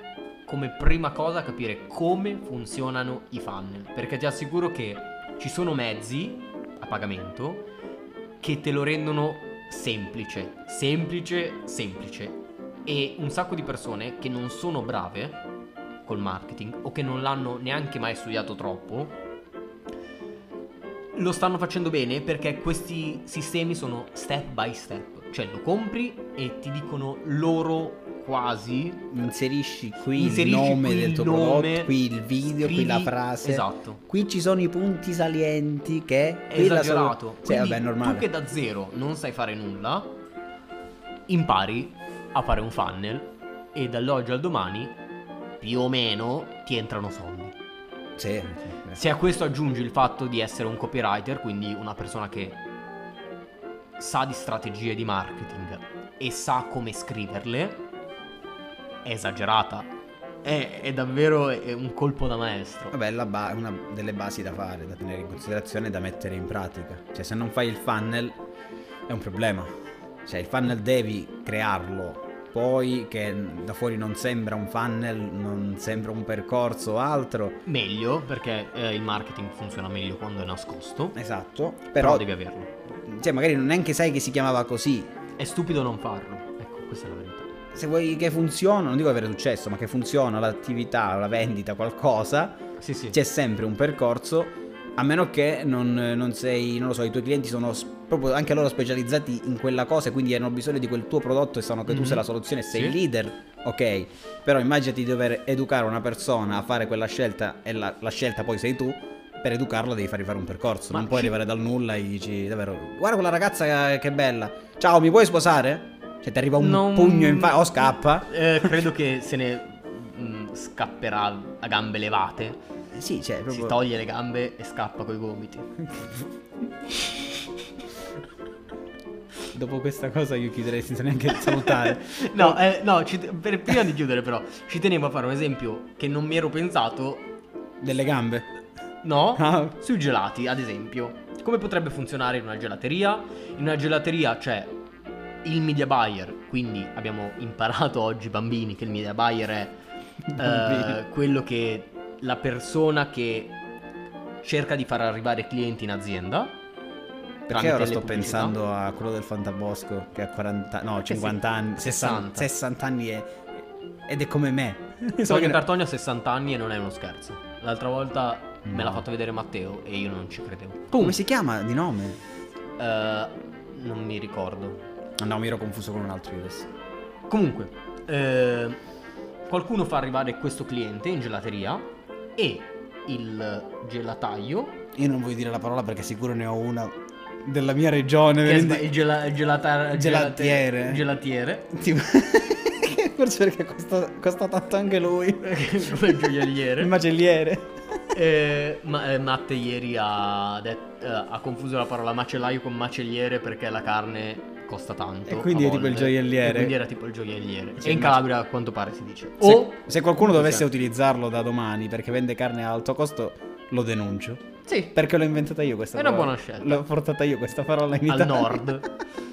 Speaker 1: come prima cosa a capire come funzionano i funnel, perché ti assicuro che ci sono mezzi a pagamento che te lo rendono semplice, semplice, semplice. E un sacco di persone che non sono brave col marketing o che non l'hanno neanche mai studiato troppo lo stanno facendo bene perché questi sistemi sono step by step. Cioè lo compri e ti dicono loro quasi
Speaker 2: inserisci qui
Speaker 1: inserisci
Speaker 2: il nome
Speaker 1: qui
Speaker 2: del tuo
Speaker 1: il nome,
Speaker 2: prodotto, qui il video,
Speaker 1: scrivi,
Speaker 2: qui la frase.
Speaker 1: Esatto.
Speaker 2: Qui ci sono i punti salienti che
Speaker 1: è esagerato.
Speaker 2: Sono...
Speaker 1: Quindi
Speaker 2: sì, vabbè, è normale.
Speaker 1: Tu che da zero non sai fare nulla, impari a fare un funnel e dall'oggi al domani più o meno ti entrano soldi.
Speaker 2: Sì.
Speaker 1: Se a questo aggiungi il fatto di essere un copywriter, quindi una persona che sa di strategie di marketing e sa come scriverle, è esagerata. È, è davvero è un colpo da maestro.
Speaker 2: Vabbè, la ba- è una delle basi da fare, da tenere in considerazione e da mettere in pratica. Cioè, se non fai il funnel è un problema. Cioè, il funnel devi crearlo. Poi che da fuori non sembra un funnel, non sembra un percorso o altro.
Speaker 1: Meglio, perché eh, il marketing funziona meglio quando è nascosto.
Speaker 2: Esatto. Però,
Speaker 1: però devi averlo.
Speaker 2: Cioè, magari non neanche sai che si chiamava così.
Speaker 1: È stupido non farlo. Ecco, questa è la verità.
Speaker 2: Se vuoi che funzioni, non dico avere successo, ma che funziona l'attività, la vendita, qualcosa,
Speaker 1: sì, sì.
Speaker 2: C'è sempre un percorso. A meno che non, non sei, non lo so, i tuoi clienti sono proprio anche loro specializzati in quella cosa, quindi hanno bisogno di quel tuo prodotto e sanno che mm-hmm. tu sei la soluzione e sei
Speaker 1: sì.
Speaker 2: il leader, ok. Però immaginati di dover educare una persona a fare quella scelta e la, la scelta poi sei tu. Per educarlo devi far rifare un percorso. Ma non puoi ci... arrivare dal nulla e gli dici davvero guarda quella ragazza che bella, ciao mi puoi sposare? Cioè ti arriva un
Speaker 1: non...
Speaker 2: pugno in faccia o scappa.
Speaker 1: eh, Credo che se ne... scapperà a gambe levate.
Speaker 2: Sì, cioè, proprio...
Speaker 1: Si toglie le gambe e scappa coi gomiti.
Speaker 2: Dopo questa cosa io chiuderei senza neanche salutare.
Speaker 1: No, eh, no ci te- per, prima di chiudere però ci tenevo a fare un esempio che non mi ero pensato.
Speaker 2: Delle gambe?
Speaker 1: No,
Speaker 2: Ah.
Speaker 1: sui gelati, ad esempio. Come potrebbe funzionare in una gelateria? In una gelateria c'è il media buyer, quindi abbiamo imparato oggi, bambini, che il media buyer è eh, quello che la persona che cerca di far arrivare clienti in azienda.
Speaker 2: Perché ora
Speaker 1: le
Speaker 2: sto
Speaker 1: pubblicità.
Speaker 2: pensando a quello del Fantabosco che ha quaranta, no, cinquanta anni, sessanta, sessanta anni e, ed è come me.
Speaker 1: Sonia Cartogno ha sessanta anni e non è uno scherzo. L'altra volta me l'ha
Speaker 2: No.
Speaker 1: fatto vedere Matteo e io non ci credevo.
Speaker 2: Come si chiama di nome?
Speaker 1: Eh, non mi ricordo.
Speaker 2: Ah, no, mi ero confuso con un altro io adesso.
Speaker 1: Comunque, eh, qualcuno fa arrivare questo cliente in gelateria e il gelataio,
Speaker 2: Io non voglio dire la parola perché sicuro ne ho una della mia regione.
Speaker 1: che è
Speaker 2: quindi-
Speaker 1: sba- il, gela- il gelata-
Speaker 2: Gelatiere.
Speaker 1: gelate- gelatiere,
Speaker 2: Tipo- Forse perché costa, costa tanto anche lui.
Speaker 1: come il gioielliere.
Speaker 2: Il macelliere.
Speaker 1: Eh, ma, eh, Matte ieri ha, det- eh, ha confuso la parola macellaio con macelliere perché la carne costa tanto.
Speaker 2: E quindi
Speaker 1: a
Speaker 2: è tipo il
Speaker 1: volte.
Speaker 2: gioielliere.
Speaker 1: E quindi era tipo il gioielliere.
Speaker 2: Sì,
Speaker 1: e in
Speaker 2: ma-
Speaker 1: Calabria a quanto pare si dice.
Speaker 2: Se,
Speaker 1: O
Speaker 2: se qualcuno
Speaker 1: Come
Speaker 2: dovesse
Speaker 1: si
Speaker 2: utilizzarlo da domani perché vende carne a alto costo, lo denuncio.
Speaker 1: sì,
Speaker 2: Perché l'ho inventata io questa
Speaker 1: È una
Speaker 2: parola.
Speaker 1: buona scelta.
Speaker 2: L'ho portata io questa parola in
Speaker 1: al
Speaker 2: Italia.
Speaker 1: nord.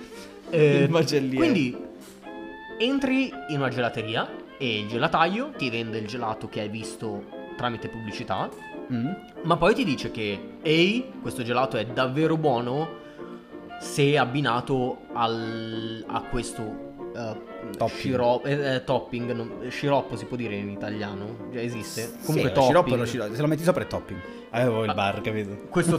Speaker 1: Eh,
Speaker 2: Il macelliere.
Speaker 1: Quindi entri in una gelateria e il gelataio ti vende il gelato che hai visto tramite pubblicità,
Speaker 2: Mm.
Speaker 1: ma poi ti dice che ehi, questo gelato è davvero buono se abbinato al, a questo eh,
Speaker 2: Topping.
Speaker 1: sciro- eh, eh, topping, non- sciroppo si può dire in italiano, già esiste. Comunque
Speaker 2: Sì, lo
Speaker 1: topping.
Speaker 2: sciroppo e lo sciroppo. Se lo metti sopra è topping. Avevo il
Speaker 1: Ah.
Speaker 2: bar, capito?
Speaker 1: Questo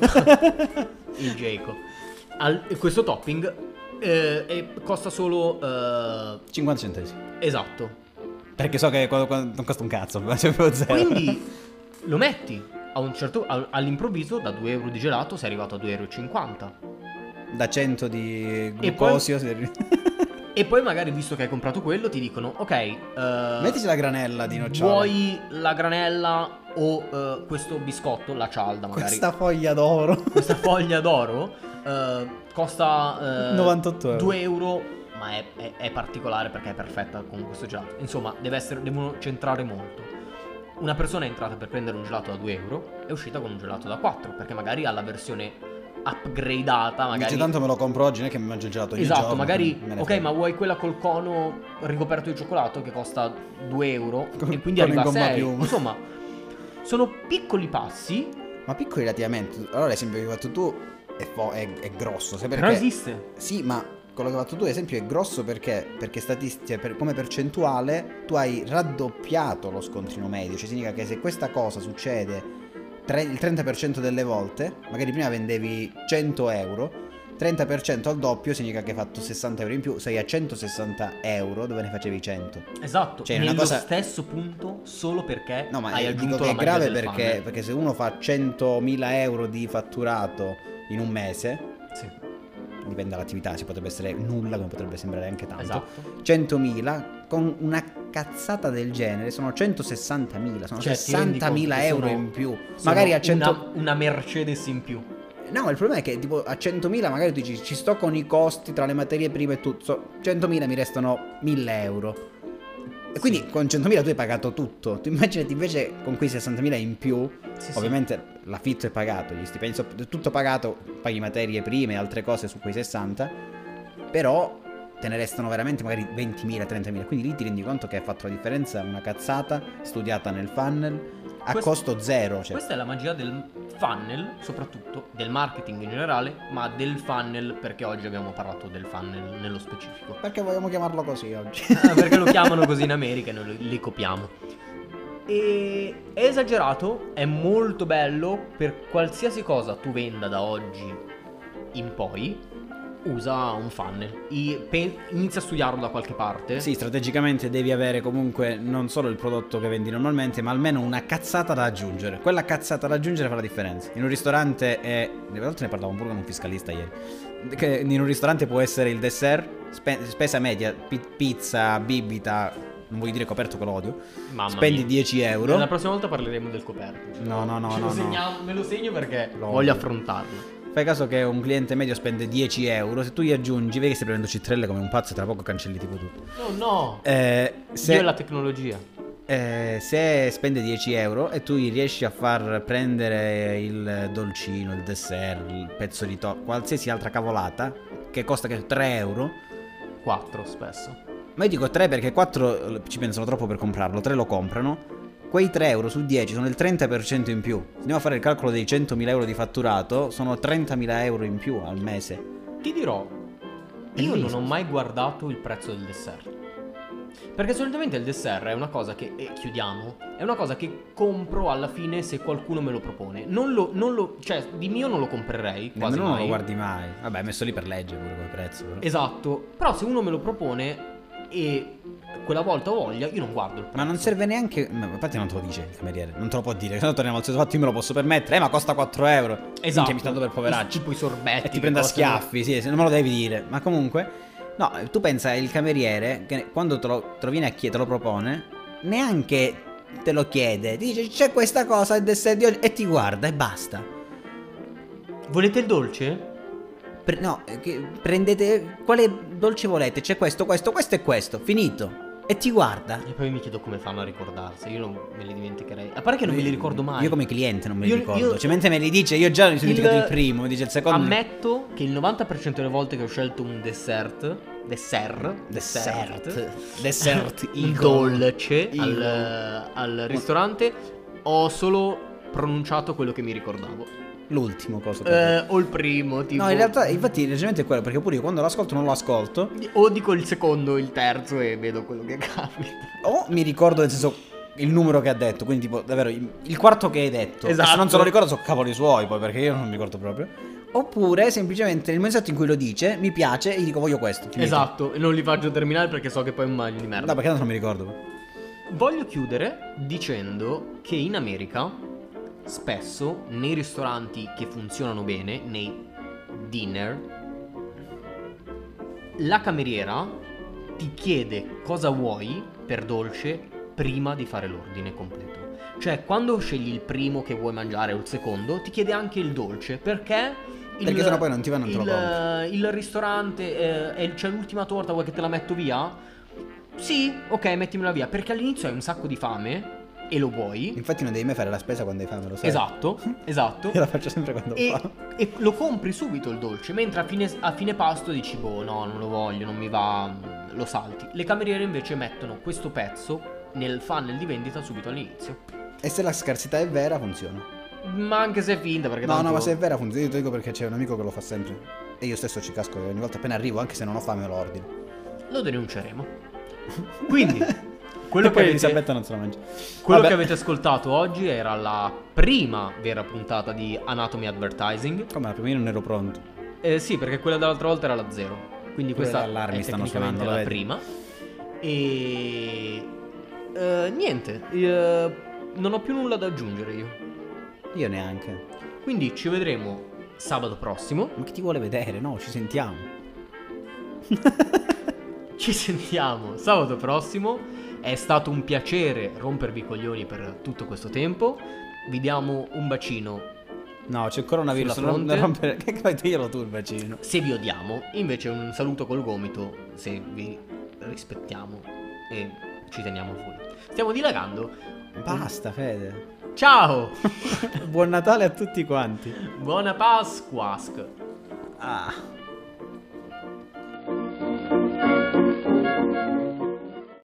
Speaker 1: il Jayco. Al- questo topping eh, è- costa solo eh,
Speaker 2: cinquanta centesimi.
Speaker 1: esatto.
Speaker 2: Perché so che quando- quando- non costa un cazzo, ma c'è proprio zero.
Speaker 1: Quindi lo metti a un certo a- all'improvviso da due euro di gelato sei arrivato a due e cinquanta euro.
Speaker 2: Da cento di
Speaker 1: E
Speaker 2: glucosio.
Speaker 1: E poi magari visto che hai comprato quello ti dicono ok, eh,
Speaker 2: Mettici la granella di nocciole.
Speaker 1: vuoi la granella o eh, questo biscotto, la cialda magari.
Speaker 2: Questa foglia d'oro.
Speaker 1: Questa foglia d'oro eh, costa eh,
Speaker 2: novantotto euro.
Speaker 1: due euro, ma è, è- è particolare perché è perfetta con questo gelato. Insomma, deve essere, devono centrare molto. Una persona è entrata per prendere un gelato da due euro e è uscita con un gelato da quattro, perché magari ha la versione upgradata, magari.
Speaker 2: Dice tanto me lo compro oggi, non è che mi mangio il gelato ogni
Speaker 1: Esatto,
Speaker 2: giorno,
Speaker 1: magari
Speaker 2: me ne
Speaker 1: ok,
Speaker 2: frega.
Speaker 1: ma vuoi quella col cono ricoperto di cioccolato che costa due euro
Speaker 2: Con-
Speaker 1: e quindi
Speaker 2: con
Speaker 1: arriva a
Speaker 2: in gomma
Speaker 1: sei.
Speaker 2: piuma.
Speaker 1: Insomma, sono piccoli passi,
Speaker 2: Ma piccoli relativamente. Allora l'esempio che hai fatto tu è, fo- è, è grosso. Sai perché?
Speaker 1: però esiste.
Speaker 2: Sì, ma quello che hai fatto tu, ad esempio, è grosso perché, perché statistica, per- come percentuale, tu hai raddoppiato lo scontrino medio. Cioè significa che se questa cosa succede tre- il trenta per cento delle volte, magari prima vendevi cento euro, trenta per cento al doppio significa che hai fatto sessanta euro in più, sei a centosessanta euro dove ne facevi cento.
Speaker 1: Esatto,
Speaker 2: Cioè, una
Speaker 1: nello
Speaker 2: cosa-
Speaker 1: stesso punto solo perché
Speaker 2: No, ma
Speaker 1: hai
Speaker 2: eh,
Speaker 1: aggiunto
Speaker 2: dico che
Speaker 1: la
Speaker 2: è
Speaker 1: magia
Speaker 2: grave
Speaker 1: del
Speaker 2: perché,
Speaker 1: funnel.
Speaker 2: perché se uno fa centomila euro di fatturato in un mese,
Speaker 1: Sì,
Speaker 2: dipende dall'attività, si potrebbe essere nulla come potrebbe sembrare anche tanto.
Speaker 1: esatto.
Speaker 2: centomila con una cazzata del genere sono centosessantamila, sono
Speaker 1: Cioè, ti rendi
Speaker 2: sessantamila
Speaker 1: conto che
Speaker 2: euro
Speaker 1: sono-
Speaker 2: in più.
Speaker 1: Sono
Speaker 2: Magari a cento
Speaker 1: una, una Mercedes in più.
Speaker 2: No, il problema è che tipo a centomila magari tu dici ci sto con i costi tra le materie prime e tutto, so- centomila mi restano mille euro. E quindi
Speaker 1: Sì.
Speaker 2: con centomila tu hai pagato tutto. Tu immaginati invece con quei sessantamila in più,
Speaker 1: Sì, sì.
Speaker 2: ovviamente l'affitto è pagato, gli stipendi sono è tutto pagato, paghi materie prime e altre cose su quei sessanta, però te ne restano veramente magari ventimila, trentamila, quindi lì ti rendi conto che hai fatto la differenza, una cazzata studiata nel funnel a
Speaker 1: Questo-
Speaker 2: costo zero, cioè.
Speaker 1: Questa è la magia del funnel, soprattutto del marketing in generale, ma del funnel perché oggi abbiamo parlato del funnel nello specifico.
Speaker 2: Perché vogliamo chiamarlo così oggi?
Speaker 1: Ah, perché lo chiamano così in America e noi li, li copiamo. E è esagerato, è molto bello per qualsiasi cosa tu venda da oggi in poi. Usa un funnel. I- pe- inizia a studiarlo da qualche parte.
Speaker 2: Sì, strategicamente devi avere comunque non solo il prodotto che vendi normalmente, ma almeno una cazzata da aggiungere. Quella cazzata da aggiungere fa la differenza. In un ristorante è... Ne ne parlavo pure con un fiscalista ieri. Che in un ristorante può essere il dessert, spe- spesa media, pi- pizza, bibita, non voglio dire coperto che lo odio.
Speaker 1: Mamma
Speaker 2: Spendi
Speaker 1: mia.
Speaker 2: dieci euro.
Speaker 1: La prossima volta parleremo del coperto.
Speaker 2: No, no, no,
Speaker 1: Ce
Speaker 2: no,
Speaker 1: lo
Speaker 2: no.
Speaker 1: segniamo- Me lo segno perché
Speaker 2: Lo
Speaker 1: voglio
Speaker 2: odio.
Speaker 1: affrontarlo.
Speaker 2: Fai caso che un cliente medio spende dieci euro. Se tu gli aggiungi, vedi che stai prendendo citrelle come un pazzo e tra poco cancelli tipo tutto.
Speaker 1: No, no.
Speaker 2: Eh,
Speaker 1: Se... Io e
Speaker 2: se,
Speaker 1: la tecnologia.
Speaker 2: eh, se spende dieci euro e tu gli riesci a far prendere il dolcino, il dessert, il pezzo di torta, qualsiasi altra cavolata, che costa che tre euro.
Speaker 1: quattro spesso.
Speaker 2: Ma io dico tre perché quattro ci pensano troppo per comprarlo, tre lo comprano. Quei tre euro su dieci sono il trenta per cento in più. Se andiamo a fare il calcolo dei centomila euro di fatturato, sono trentamila euro in più al mese.
Speaker 1: Ti dirò, io non
Speaker 2: Bellissimo.
Speaker 1: ho mai guardato il prezzo del dessert. Perché solitamente il dessert è una cosa che, e chiudiamo, è una cosa che compro alla fine se qualcuno me lo propone. Non lo, non lo, cioè di mio non lo comprerei, quasi
Speaker 2: Nemmeno non
Speaker 1: mai.
Speaker 2: lo guardi mai. Vabbè, è messo lì per legge pure quel prezzo. Però.
Speaker 1: Esatto, però se uno me lo propone e quella volta ho voglia, io non guardo il prezzo.
Speaker 2: Ma non serve neanche. Ma infatti non te lo dice il cameriere. Non te lo può dire. Se no torniamo al stesso fatto, io me lo posso permettere. Eh, ma costa quattro euro.
Speaker 1: Esatto.
Speaker 2: Minchia, mi sta dando per poveracci.
Speaker 1: Tipo i sorbetti.
Speaker 2: E ti
Speaker 1: che
Speaker 2: prende a
Speaker 1: costano-
Speaker 2: schiaffi, sì, se non me lo devi dire. Ma comunque. No, tu pensa il cameriere che quando te lo, te lo viene a chiedere, te lo propone, neanche te lo chiede. Ti dice c'è questa cosa, il dessert di oggi, e ti guarda e basta.
Speaker 1: Volete il dolce?
Speaker 2: Pre- no, eh, che- prendete quale dolce volete, c'è questo, questo, questo e questo, finito. E ti guarda.
Speaker 1: E poi mi chiedo come fanno a ricordarsi. Io non me li dimenticherei. A parte che non me li ricordo mai.
Speaker 2: Io come cliente non me li
Speaker 1: Io-
Speaker 2: ricordo.
Speaker 1: io-
Speaker 2: Cioè, mentre me li dice, io già mi sono
Speaker 1: Il-
Speaker 2: dimenticato il primo, dice il secondo.
Speaker 1: Ammetto che il novanta per cento delle volte che ho scelto un dessert, dessert,
Speaker 2: Dessert. Dessert.
Speaker 1: il
Speaker 2: Eagle.
Speaker 1: dolce
Speaker 2: Eagle.
Speaker 1: al, al ristorante, ho solo pronunciato quello che mi ricordavo.
Speaker 2: L'ultimo cosa.
Speaker 1: Eh, o il primo, tipo.
Speaker 2: No, in realtà, infatti, il ragionamento è quello, perché pure io quando lo ascolto non lo ascolto.
Speaker 1: O dico il secondo, il terzo e vedo quello che capita.
Speaker 2: O mi ricordo nel senso il numero che ha detto, quindi tipo davvero il, il quarto che hai detto.
Speaker 1: Esatto.
Speaker 2: E se non se lo ricordo sono cavoli suoi poi, perché io non mi ricordo proprio. Oppure semplicemente nel momento in cui lo dice, mi piace e gli dico voglio questo. finito.
Speaker 1: Esatto, e non li faccio terminare perché so che poi è un magno di merda.
Speaker 2: No, perché tanto non mi ricordo.
Speaker 1: Voglio chiudere dicendo che in America spesso nei ristoranti che funzionano bene, nei dinner, la cameriera ti chiede cosa vuoi per dolce prima di fare l'ordine completo. Cioè, quando scegli il primo che vuoi mangiare o il secondo, ti chiede anche il dolce perché il,
Speaker 2: Perché sennò poi non ti va e non te lo
Speaker 1: il, il ristorante eh, è- c'è l'ultima torta, vuoi che te la metto via? Sì, ok, mettimela via, perché all'inizio hai un sacco di fame e lo vuoi.
Speaker 2: Infatti non devi mai fare la spesa quando hai fame, lo sai.
Speaker 1: Esatto, esatto.
Speaker 2: Io la faccio sempre quando ho
Speaker 1: E,
Speaker 2: fame.
Speaker 1: e lo compri subito il dolce, mentre a fine, a fine pasto dici, boh, no, non lo voglio, non mi va, lo salti. Le cameriere invece mettono questo pezzo nel funnel di vendita subito all'inizio.
Speaker 2: E se la scarsità è vera, funziona.
Speaker 1: Ma anche se è finta, perché
Speaker 2: No,
Speaker 1: tanto...
Speaker 2: no, ma se è vera funziona. Io te lo dico perché c'è un amico che lo fa sempre. E io stesso ci casco e ogni volta appena arrivo, anche se non ho fame, lo ordino.
Speaker 1: Lo denunceremo. Quindi, quello
Speaker 2: e
Speaker 1: che
Speaker 2: poi
Speaker 1: avete...
Speaker 2: Elisabetta non se la mangia.
Speaker 1: Quello
Speaker 2: Vabbè.
Speaker 1: che avete ascoltato oggi era la prima vera puntata di Anatomy Advertising.
Speaker 2: Come la prima io non ero pronto.
Speaker 1: Eh sì, perché quella dell'altra volta era la zero. Quindi
Speaker 2: Pure
Speaker 1: questa
Speaker 2: le allarmi
Speaker 1: è
Speaker 2: stanno
Speaker 1: tecnicamente
Speaker 2: suonando, lo
Speaker 1: la
Speaker 2: vedi?
Speaker 1: prima. E eh, niente, eh, non ho più nulla da aggiungere io.
Speaker 2: Io neanche.
Speaker 1: Quindi ci vedremo sabato prossimo.
Speaker 2: Ma chi ti vuole vedere? No, ci sentiamo.
Speaker 1: Ci sentiamo sabato prossimo. È stato un piacere rompervi i coglioni per tutto questo tempo. Vi diamo un bacino
Speaker 2: No, c'è il coronavirus.
Speaker 1: Sulla
Speaker 2: Non
Speaker 1: fronte.
Speaker 2: non rompere. Che fai dirlo tu il bacino?
Speaker 1: se vi odiamo. Invece un saluto col gomito se vi rispettiamo e ci teniamo a voi. Stiamo dilagando.
Speaker 2: Basta, Fede.
Speaker 1: Ciao!
Speaker 2: Buon Natale a tutti quanti.
Speaker 1: Buona Pasqua!
Speaker 2: Ah.